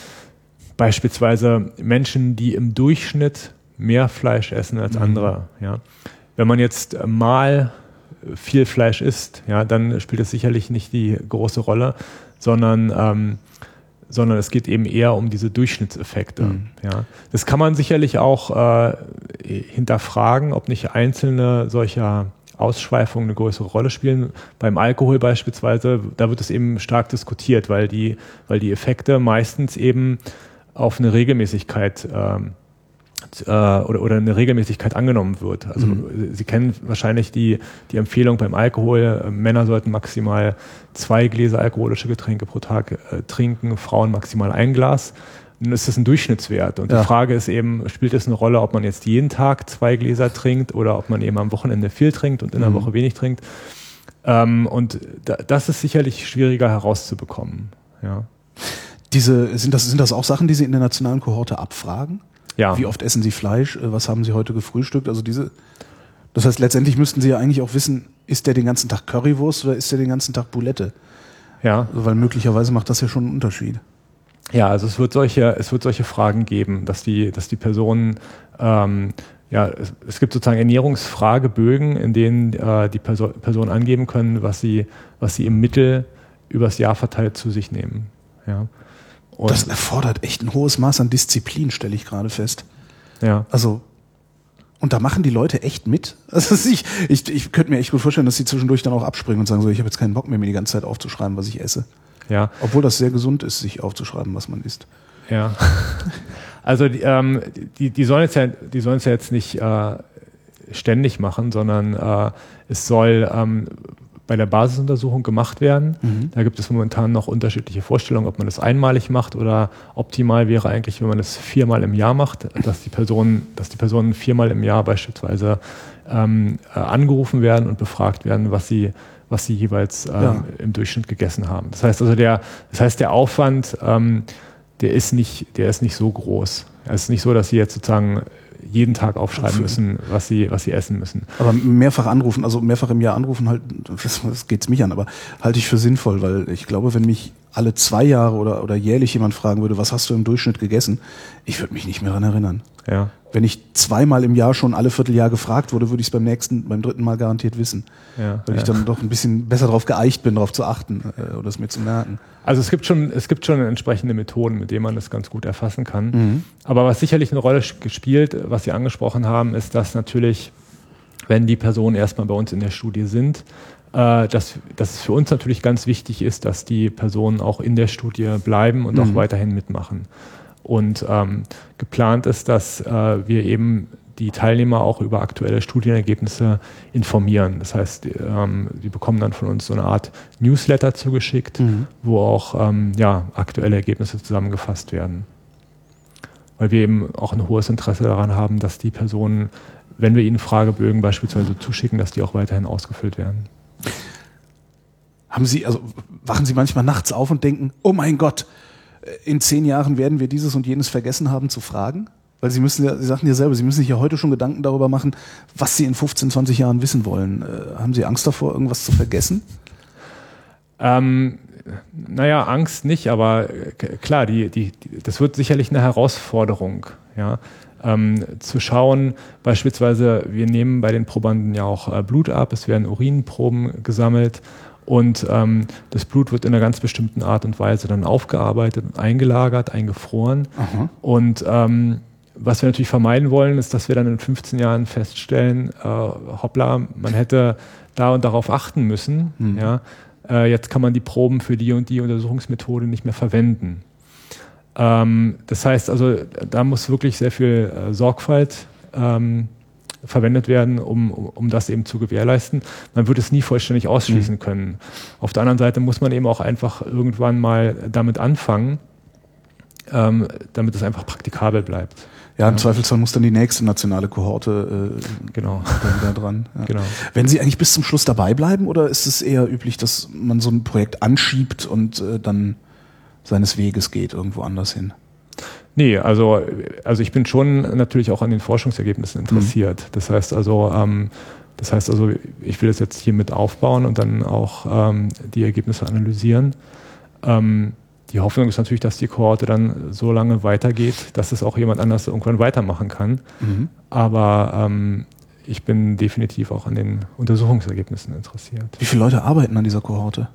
Speaker 3: beispielsweise Menschen, die im Durchschnitt mehr Fleisch essen als andere. Mhm. Ja. Wenn man jetzt mal viel Fleisch isst, ja, dann spielt es sicherlich nicht die große Rolle, sondern ähm, sondern es geht eben eher um diese Durchschnittseffekte. Mhm. Ja. Das kann man sicherlich auch äh, hinterfragen, ob nicht einzelne solcher Ausschweifungen eine größere Rolle spielen. Beim Alkohol beispielsweise, da wird es eben stark diskutiert, weil die, weil die Effekte meistens eben auf eine Regelmäßigkeit ähm, äh, oder, oder eine Regelmäßigkeit angenommen wird. Also mhm. Sie kennen wahrscheinlich die, die Empfehlung beim Alkohol, äh, Männer sollten maximal zwei Gläser alkoholische Getränke pro Tag äh, trinken, Frauen maximal ein Glas. Nun ist das ein Durchschnittswert. Und ja. die Frage ist eben, spielt es eine Rolle, ob man jetzt jeden Tag zwei Gläser trinkt oder ob man eben am Wochenende viel trinkt und in der mhm. Woche wenig trinkt. Ähm, und da, das ist sicherlich schwieriger herauszubekommen. Ja.
Speaker 1: Diese, sind das, sind das auch Sachen, die Sie in der nationalen Kohorte abfragen?
Speaker 3: Ja.
Speaker 1: Wie oft essen Sie Fleisch? Was haben Sie heute gefrühstückt? Also diese, das heißt, letztendlich müssten Sie ja eigentlich auch wissen, ist der den ganzen Tag Currywurst oder ist der den ganzen Tag Boulette?
Speaker 3: Ja.
Speaker 1: Also, weil möglicherweise macht das ja schon einen Unterschied.
Speaker 3: Ja, also es wird solche, es wird solche Fragen geben, dass die, dass die Personen, ähm, ja, es, es gibt sozusagen Ernährungsfragebögen, in denen äh, die Perso- Personen angeben können, was sie, was sie im Mittel übers Jahr verteilt zu sich nehmen. Ja. Und
Speaker 1: das erfordert echt ein hohes Maß an Disziplin, stelle ich gerade fest.
Speaker 3: Ja.
Speaker 1: Also, und da machen die Leute echt mit. Also ich, ich, ich könnte mir echt gut vorstellen, dass sie zwischendurch dann auch abspringen und sagen so, ich habe jetzt keinen Bock mehr, mir die ganze Zeit aufzuschreiben, was ich esse.
Speaker 3: Ja.
Speaker 1: Obwohl das sehr gesund ist, sich aufzuschreiben, was man isst.
Speaker 3: Ja. Also die, ähm, die, die sollen es ja, die sollen es ja jetzt nicht äh, ständig machen, sondern äh, es soll ähm, bei der Basisuntersuchung gemacht werden. Mhm. Da gibt es momentan noch unterschiedliche Vorstellungen, ob man das einmalig macht oder optimal wäre eigentlich, wenn man das viermal im Jahr macht, dass die Personen, dass die Personen viermal im Jahr beispielsweise ähm, äh, angerufen werden und befragt werden, was sie was sie jeweils ähm, ja. im Durchschnitt gegessen haben. Das heißt also, der, das heißt, der Aufwand, ähm, der ist nicht, der ist nicht so groß. Es ist nicht so, dass sie jetzt sozusagen jeden Tag aufschreiben müssen, was sie, was sie essen müssen.
Speaker 1: Aber mehrfach anrufen, also mehrfach im Jahr anrufen, halt, das, das geht's mich an, aber halte ich für sinnvoll, weil ich glaube, wenn mich alle zwei Jahre oder, oder jährlich jemand fragen würde, was hast du im Durchschnitt gegessen, ich würde mich nicht mehr daran erinnern.
Speaker 3: Ja.
Speaker 1: Wenn ich zweimal im Jahr schon alle Vierteljahr gefragt wurde, würde ich es beim nächsten, beim dritten Mal garantiert wissen.
Speaker 3: Ja,
Speaker 1: weil
Speaker 3: ja.
Speaker 1: ich dann doch ein bisschen besser darauf geeicht bin, darauf zu achten äh, oder es mir zu merken.
Speaker 3: Also es gibt schon, es gibt schon entsprechende Methoden, mit denen man das ganz gut erfassen kann.
Speaker 1: Mhm.
Speaker 3: Aber was sicherlich eine Rolle gespielt, was Sie angesprochen haben, ist, dass natürlich, wenn die Personen erstmal bei uns in der Studie sind, äh, dass, dass es für uns natürlich ganz wichtig ist, dass die Personen auch in der Studie bleiben und mhm. auch weiterhin mitmachen. Und ähm, geplant ist, dass äh, wir eben die Teilnehmer auch über aktuelle Studienergebnisse informieren. Das heißt, die, ähm, die bekommen dann von uns so eine Art Newsletter zugeschickt, mhm. wo auch ähm, ja, aktuelle Ergebnisse zusammengefasst werden. Weil wir eben auch ein hohes Interesse daran haben, dass die Personen, wenn wir ihnen Fragebögen beispielsweise zuschicken, dass die auch weiterhin ausgefüllt werden.
Speaker 1: Haben Sie, also wachen Sie manchmal nachts auf und denken, oh mein Gott, in zehn Jahren werden wir dieses und jenes vergessen haben zu fragen? Weil Sie müssen ja, Sie sagten ja selber, Sie müssen sich ja heute schon Gedanken darüber machen, was Sie in fünfzehn, zwanzig Jahren wissen wollen. Äh, haben Sie Angst davor, irgendwas zu vergessen?
Speaker 3: Ähm, naja, Angst nicht, aber klar, die, die, die, das wird sicherlich eine Herausforderung, ja. Ähm, zu schauen, beispielsweise, wir nehmen bei den Probanden ja auch äh, Blut ab, es werden Urinproben gesammelt und ähm, das Blut wird in einer ganz bestimmten Art und Weise dann aufgearbeitet, eingelagert, eingefroren. Aha. Und ähm, was wir natürlich vermeiden wollen, ist, dass wir dann in fünfzehn Jahren feststellen, äh, hoppla, man hätte da und darauf achten müssen, mhm. ja. Jetzt kann man die Proben für die und die Untersuchungsmethode nicht mehr verwenden. Ähm, das heißt also, da muss wirklich sehr viel äh, Sorgfalt ähm, verwendet werden, um, um, um das eben zu gewährleisten. Man wird es nie vollständig ausschließen mhm. können. Auf der anderen Seite muss man eben auch einfach irgendwann mal damit anfangen, ähm, damit es einfach praktikabel bleibt.
Speaker 1: Ja, im ja. Zweifelsfall muss dann die nächste nationale Kohorte äh,
Speaker 3: genau.
Speaker 1: wieder dran. Ja.
Speaker 3: Genau.
Speaker 1: Werden Sie eigentlich bis zum Schluss dabei bleiben oder ist es eher üblich, dass man so ein Projekt anschiebt und äh, dann seines Weges geht irgendwo anders hin?
Speaker 3: Nee, also, also ich bin schon natürlich auch an den Forschungsergebnissen interessiert. Mhm. Das heißt also, ähm, das heißt also, ich will das jetzt hier mit aufbauen und dann auch ähm, die Ergebnisse analysieren. Ähm, Die Hoffnung ist natürlich, dass die Kohorte dann so lange weitergeht, dass es auch jemand anders irgendwann weitermachen kann. Mhm. Aber ähm, ich bin definitiv auch an den Untersuchungsergebnissen interessiert.
Speaker 1: Wie viele Leute arbeiten an dieser Kohorte?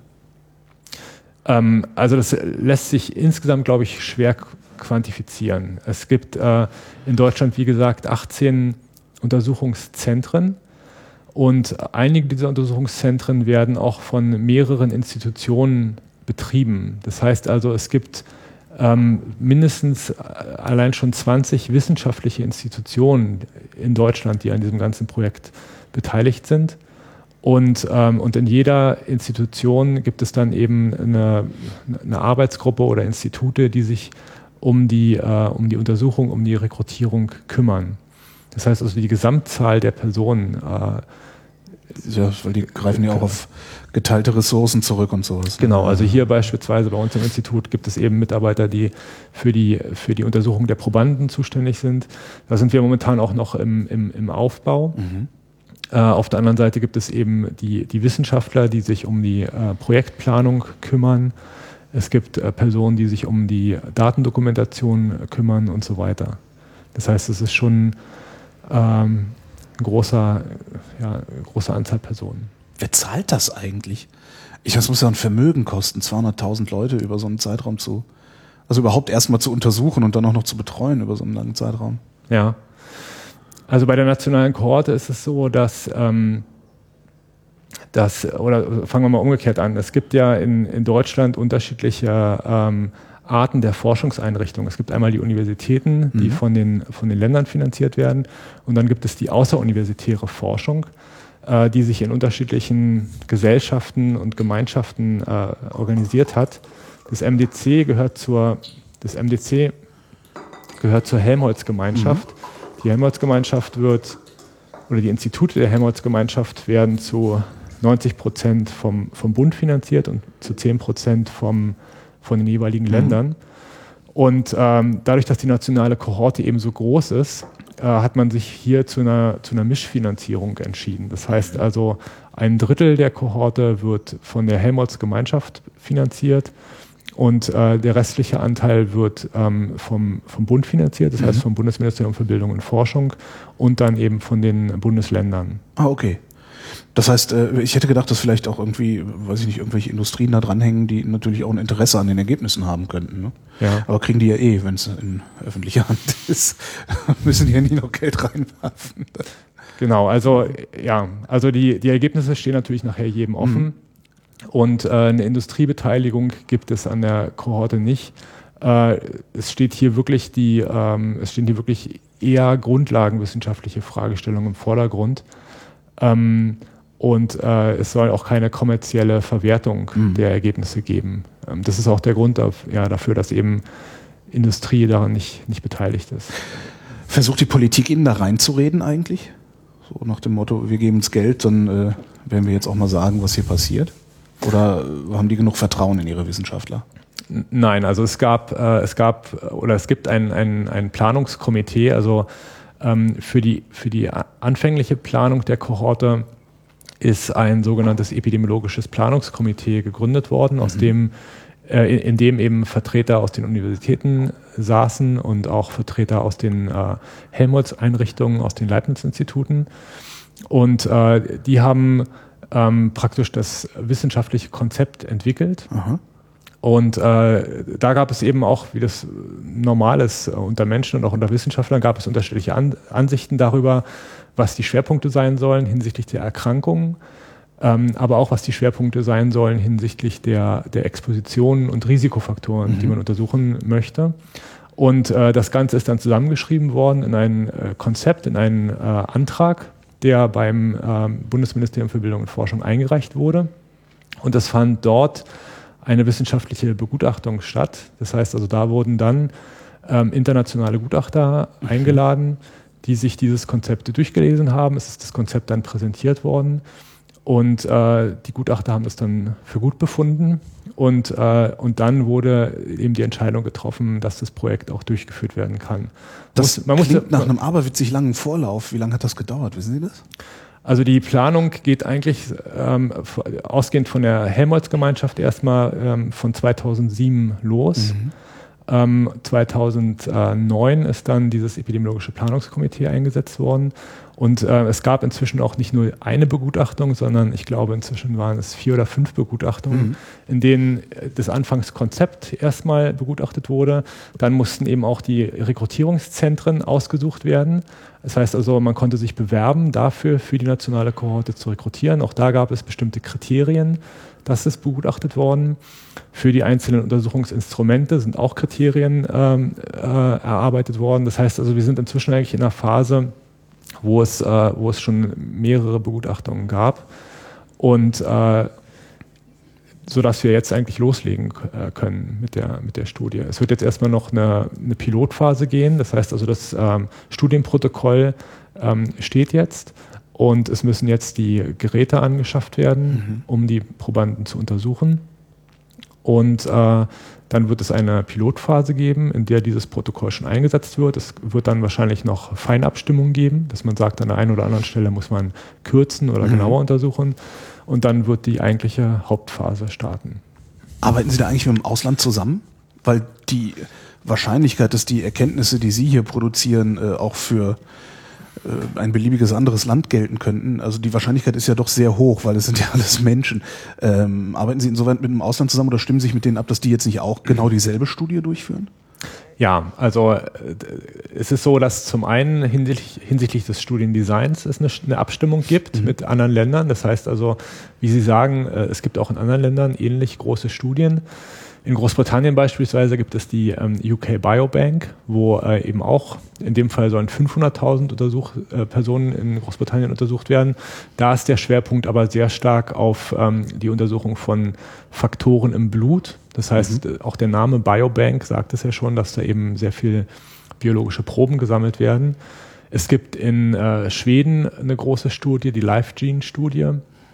Speaker 3: Ähm, also das lässt sich insgesamt, glaube ich, schwer quantifizieren. Es gibt äh, in Deutschland, wie gesagt, achtzehn Untersuchungszentren. Und einige dieser Untersuchungszentren werden auch von mehreren Institutionen betrieben. Das heißt also, es gibt ähm, mindestens allein schon zwanzig wissenschaftliche Institutionen in Deutschland, die an diesem ganzen Projekt beteiligt sind. Und, ähm, und in jeder Institution gibt es dann eben eine, eine Arbeitsgruppe oder Institute, die sich um die, äh, um die Untersuchung, um die Rekrutierung kümmern. Das heißt also, die Gesamtzahl der Personen äh,
Speaker 1: ja, weil die greifen ja auch auf geteilte Ressourcen zurück und sowas.
Speaker 3: Genau, also hier beispielsweise bei uns im Institut gibt es eben Mitarbeiter, die für die, für die Untersuchung der Probanden zuständig sind. Da sind wir momentan auch noch im, im, im Aufbau. Mhm. Äh, auf der anderen Seite gibt es eben die, die Wissenschaftler, die sich um die äh, Projektplanung kümmern. Es gibt äh, Personen, die sich um die Datendokumentation kümmern und so weiter. Das heißt, es ist schon ähm, ein großer, ja, große Anzahl Personen.
Speaker 1: Wer zahlt das eigentlich? Ich weiß, es muss ja ein Vermögen kosten, zweihunderttausend Leute über so einen Zeitraum zu, also überhaupt erstmal zu untersuchen und dann auch noch zu betreuen über so einen langen Zeitraum.
Speaker 3: Ja, also bei der nationalen Kohorte ist es so, dass, ähm, dass oder fangen wir mal umgekehrt an, es gibt ja in, in Deutschland unterschiedliche ähm, Arten der Forschungseinrichtungen. Es gibt einmal die Universitäten, die mhm. von den, von den Ländern finanziert werden, und dann gibt es die außeruniversitäre Forschung, äh, die sich in unterschiedlichen Gesellschaften und Gemeinschaften äh, organisiert hat. Das M D C gehört zur, das M D C gehört zur Helmholtz-Gemeinschaft. Mhm. Die Helmholtz-Gemeinschaft wird, oder die Institute der Helmholtz-Gemeinschaft werden zu neunzig Prozent vom, vom Bund finanziert und zu zehn Prozent vom von den jeweiligen mhm. Ländern. Und ähm, dadurch, dass die nationale Kohorte eben so groß ist, äh, hat man sich hier zu einer, zu einer Mischfinanzierung entschieden. Das heißt also, ein Drittel der Kohorte wird von der Helmholtz-Gemeinschaft finanziert und äh, der restliche Anteil wird ähm, vom, vom Bund finanziert, das mhm. heißt vom Bundesministerium für Bildung und Forschung und dann eben von den Bundesländern.
Speaker 1: Ah, okay. Das heißt, ich hätte gedacht, dass vielleicht auch irgendwie, weiß ich nicht, irgendwelche Industrien da dranhängen, die natürlich auch ein Interesse an den Ergebnissen haben könnten. Ne?
Speaker 3: Ja.
Speaker 1: Aber kriegen die ja eh, wenn es in öffentlicher Hand ist, müssen die ja nie noch Geld reinwerfen.
Speaker 3: Genau, also ja, also die, die Ergebnisse stehen natürlich nachher jedem offen. Mhm. Und äh, eine Industriebeteiligung gibt es an der Kohorte nicht. Äh, es steht hier wirklich die, ähm, es stehen hier wirklich eher grundlagenwissenschaftliche Fragestellungen im Vordergrund. Ähm, und äh, es soll auch keine kommerzielle Verwertung mhm. der Ergebnisse geben. Ähm, das ist auch der Grund auf, ja, dafür, dass eben Industrie daran nicht, nicht beteiligt ist.
Speaker 1: Versucht die Politik Ihnen da reinzureden eigentlich? So nach dem Motto, wir geben uns Geld, dann äh, werden wir jetzt auch mal sagen, was hier passiert? Oder haben die genug Vertrauen in ihre Wissenschaftler?
Speaker 3: Nein, also es gab, äh, es gab oder es gibt ein, ein, ein Planungskomitee, also ähm, für die, für die anfängliche Planung der Kohorte ist ein sogenanntes epidemiologisches Planungskomitee gegründet worden, mhm. aus dem, äh, in, in dem eben Vertreter aus den Universitäten saßen und auch Vertreter aus den äh, Helmholtz-Einrichtungen, aus den Leibniz-Instituten. Und äh, die haben Ähm, praktisch das wissenschaftliche Konzept entwickelt. Aha. Und äh, da gab es eben auch, wie das normal ist, äh, unter Menschen und auch unter Wissenschaftlern, gab es unterschiedliche An- Ansichten darüber, was die Schwerpunkte sein sollen hinsichtlich der Erkrankungen, ähm, aber auch was die Schwerpunkte sein sollen hinsichtlich der, der Expositionen und Risikofaktoren, mhm. die man untersuchen möchte. Und äh, das Ganze ist dann zusammengeschrieben worden in ein äh, Konzept, in einen äh, Antrag, der beim ähm, Bundesministerium für Bildung und Forschung eingereicht wurde. Und es fand dort eine wissenschaftliche Begutachtung statt. Das heißt also, da wurden dann ähm, internationale Gutachter mhm. eingeladen, die sich dieses Konzept durchgelesen haben. Es ist das Konzept dann präsentiert worden und äh, die Gutachter haben das dann für gut befunden. Und, äh, und dann wurde eben die Entscheidung getroffen, dass das Projekt auch durchgeführt werden kann.
Speaker 1: Das muss, man klingt musste, nach einem aberwitzig langen Vorlauf. Wie lange hat das gedauert? Wissen Sie das?
Speaker 3: Also die Planung geht eigentlich ähm, ausgehend von der Helmholtz-Gemeinschaft erstmal ähm, von zweitausendsieben los. Mhm. Ähm, zweitausendneun ist dann dieses epidemiologische Planungskomitee eingesetzt worden. Und äh, es gab inzwischen auch nicht nur eine Begutachtung, sondern ich glaube, inzwischen waren es vier oder fünf Begutachtungen, mhm. in denen das Anfangskonzept erstmal begutachtet wurde. Dann mussten eben auch die Rekrutierungszentren ausgesucht werden. Das heißt also, man konnte sich bewerben dafür, für die nationale Kohorte zu rekrutieren. Auch da gab es bestimmte Kriterien. Das ist begutachtet worden. Für die einzelnen Untersuchungsinstrumente sind auch Kriterien ähm, äh, erarbeitet worden. Das heißt also, wir sind inzwischen eigentlich in einer Phase, wo es, äh, wo es schon mehrere Begutachtungen gab und äh, sodass wir jetzt eigentlich loslegen äh, können mit der, mit der Studie. Es wird jetzt erstmal noch eine, eine Pilotphase gehen. Das heißt also, das ähm, Studienprotokoll ähm, steht jetzt. Und es müssen jetzt die Geräte angeschafft werden, mhm. um die Probanden zu untersuchen. Und äh, dann wird es eine Pilotphase geben, in der dieses Protokoll schon eingesetzt wird. Es wird dann wahrscheinlich noch Feinabstimmungen geben, dass man sagt, an der einen oder anderen Stelle muss man kürzen oder mhm. genauer untersuchen. Und dann wird die eigentliche Hauptphase starten.
Speaker 1: Arbeiten Sie da eigentlich mit dem Ausland zusammen? Weil die Wahrscheinlichkeit, dass die Erkenntnisse, die Sie hier produzieren, äh, auch für ein beliebiges anderes Land gelten könnten. Also die Wahrscheinlichkeit ist ja doch sehr hoch, weil es sind ja alles Menschen. Ähm, arbeiten Sie insoweit mit dem Ausland zusammen oder stimmen Sie sich mit denen ab, dass die jetzt nicht auch genau dieselbe Studie durchführen?
Speaker 3: Ja, also äh, es ist so, dass zum einen hinsichtlich, hinsichtlich des Studiendesigns es eine, eine Abstimmung gibt mhm. mit anderen Ländern. Das heißt also, wie Sie sagen, äh, es gibt auch in anderen Ländern ähnlich große Studien. In Großbritannien beispielsweise gibt es die ähm, U K Biobank, wo äh, eben auch, in dem Fall sollen fünfhunderttausend Untersuch, äh, Personen in Großbritannien untersucht werden. Da ist der Schwerpunkt aber sehr stark auf ähm, die Untersuchung von Faktoren im Blut. Das heißt, mhm. auch der Name Biobank sagt es ja schon, dass da eben sehr viel biologische Proben gesammelt werden. Es gibt in äh, Schweden eine große Studie, die LiveGene-Studie.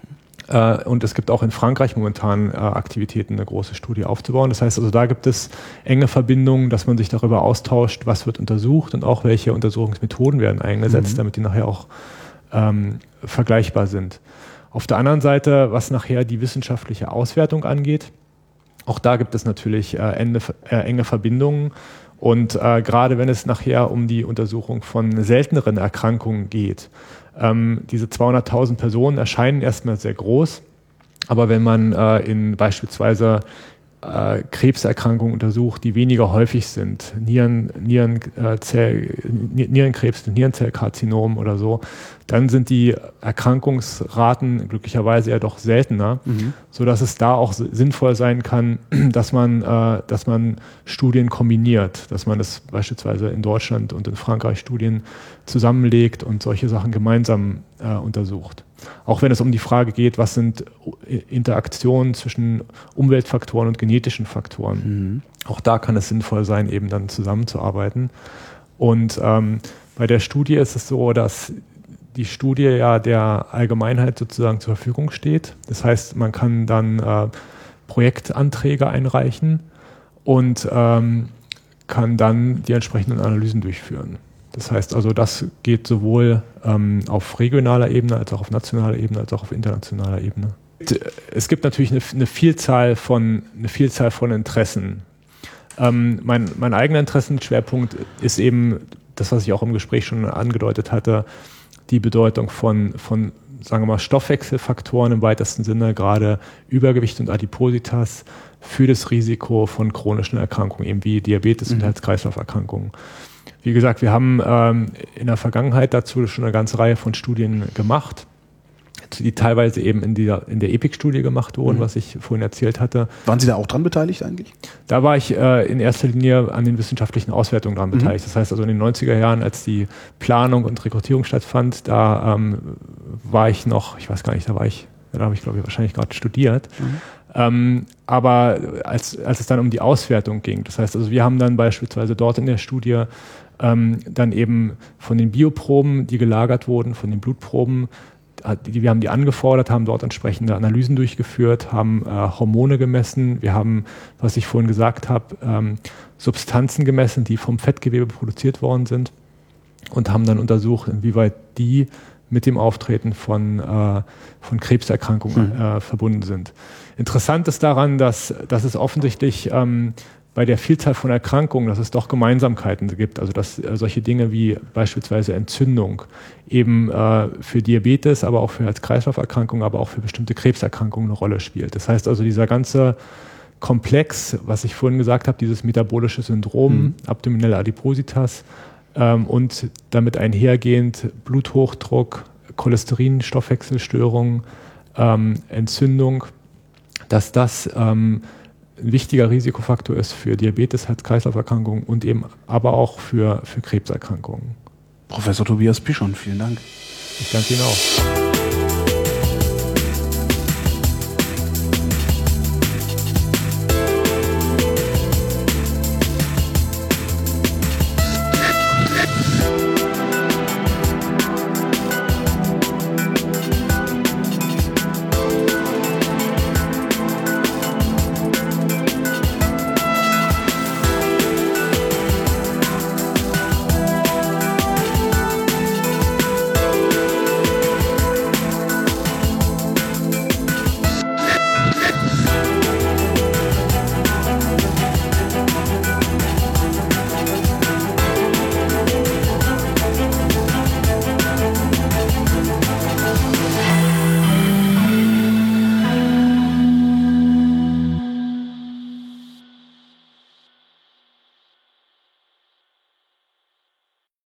Speaker 3: Äh, und es gibt auch in Frankreich momentan äh, Aktivitäten, eine große Studie aufzubauen. Das heißt also, da gibt es enge Verbindungen, dass man sich darüber austauscht, was wird untersucht und auch welche Untersuchungsmethoden werden eingesetzt, mhm. damit die nachher auch ähm, vergleichbar sind. Auf der anderen Seite, was nachher die wissenschaftliche Auswertung angeht, auch da gibt es natürlich äh, enge, äh, enge Verbindungen. Und äh, gerade wenn es nachher um die Untersuchung von selteneren Erkrankungen geht, ähm, diese zweihunderttausend Personen erscheinen erstmal sehr groß, aber wenn man äh, in beispielsweise äh, Krebserkrankungen untersucht, die weniger häufig sind, Nieren, Nieren, äh, Zell, Nierenkrebs, Nierenzellkarzinom oder so, dann sind die Erkrankungsraten glücklicherweise ja doch seltener, mhm. sodass es da auch sinnvoll sein kann, dass man, äh, dass man Studien kombiniert, dass man das beispielsweise in Deutschland und in Frankreich Studien zusammenlegt und solche Sachen gemeinsam äh, untersucht. Auch wenn es um die Frage geht, was sind Interaktionen zwischen Umweltfaktoren und genetischen Faktoren. Mhm. Auch da kann es sinnvoll sein, eben dann zusammenzuarbeiten. Und ähm, bei der Studie ist es so, dass die Studie ja der Allgemeinheit sozusagen zur Verfügung steht. Das heißt, man kann dann äh, Projektanträge einreichen und ähm, kann dann die entsprechenden Analysen durchführen. Das heißt also, das geht sowohl ähm, auf regionaler Ebene als auch auf nationaler Ebene als auch auf internationaler Ebene. Es gibt natürlich eine, eine, Vielzahl, von, eine Vielzahl von Interessen. Ähm, mein, mein eigener Interessenschwerpunkt ist eben das, was ich auch im Gespräch schon angedeutet hatte, die Bedeutung von, von sagen wir mal, Stoffwechselfaktoren im weitesten Sinne, gerade Übergewicht und Adipositas, für das Risiko von chronischen Erkrankungen, eben wie Diabetes mhm. und Herz-Kreislauf-Erkrankungen. Wie gesagt, wir haben ähm, in der Vergangenheit dazu schon eine ganze Reihe von Studien gemacht, die teilweise eben in, dieser, in der E P I C-Studie gemacht wurden, mhm. was ich vorhin erzählt hatte.
Speaker 1: Waren Sie da auch dran beteiligt eigentlich?
Speaker 3: Da war ich äh, in erster Linie an den wissenschaftlichen Auswertungen dran mhm. beteiligt. Das heißt also in den neunziger Jahren, als die Planung und Rekrutierung stattfand, da ähm, war ich noch, ich weiß gar nicht, da war ich, da habe ich glaube ich wahrscheinlich gerade studiert. Mhm. Ähm, aber als, als es dann um die Auswertung ging, das heißt also wir haben dann beispielsweise dort in der Studie ähm, dann eben von den Bioproben, die gelagert wurden, von den Blutproben, die, wir haben die angefordert, haben dort entsprechende Analysen durchgeführt, haben äh, Hormone gemessen, wir haben, was ich vorhin gesagt habe, ähm, Substanzen gemessen, die vom Fettgewebe produziert worden sind und haben dann untersucht, inwieweit die mit dem Auftreten von, äh, von Krebserkrankungen mhm. äh, verbunden sind. Interessant ist daran, dass, dass es offensichtlich ähm, bei der Vielzahl von Erkrankungen, dass es doch Gemeinsamkeiten gibt, also dass äh, solche Dinge wie beispielsweise Entzündung eben äh, für Diabetes, aber auch für Herz-Kreislauf-Erkrankungen, aber auch für bestimmte Krebserkrankungen eine Rolle spielt. Das heißt also, dieser ganze Komplex, was ich vorhin gesagt habe, dieses metabolische Syndrom, mhm. abdominelle Adipositas ähm, und damit einhergehend Bluthochdruck, Cholesterin-Stoffwechselstörungen, ähm, Entzündung, dass das ähm, ein wichtiger Risikofaktor ist für Diabetes, Herz-Kreislauf-Erkrankungen und eben aber auch für, für Krebserkrankungen.
Speaker 1: Professor Tobias Pischon, vielen Dank.
Speaker 3: Ich danke Ihnen auch.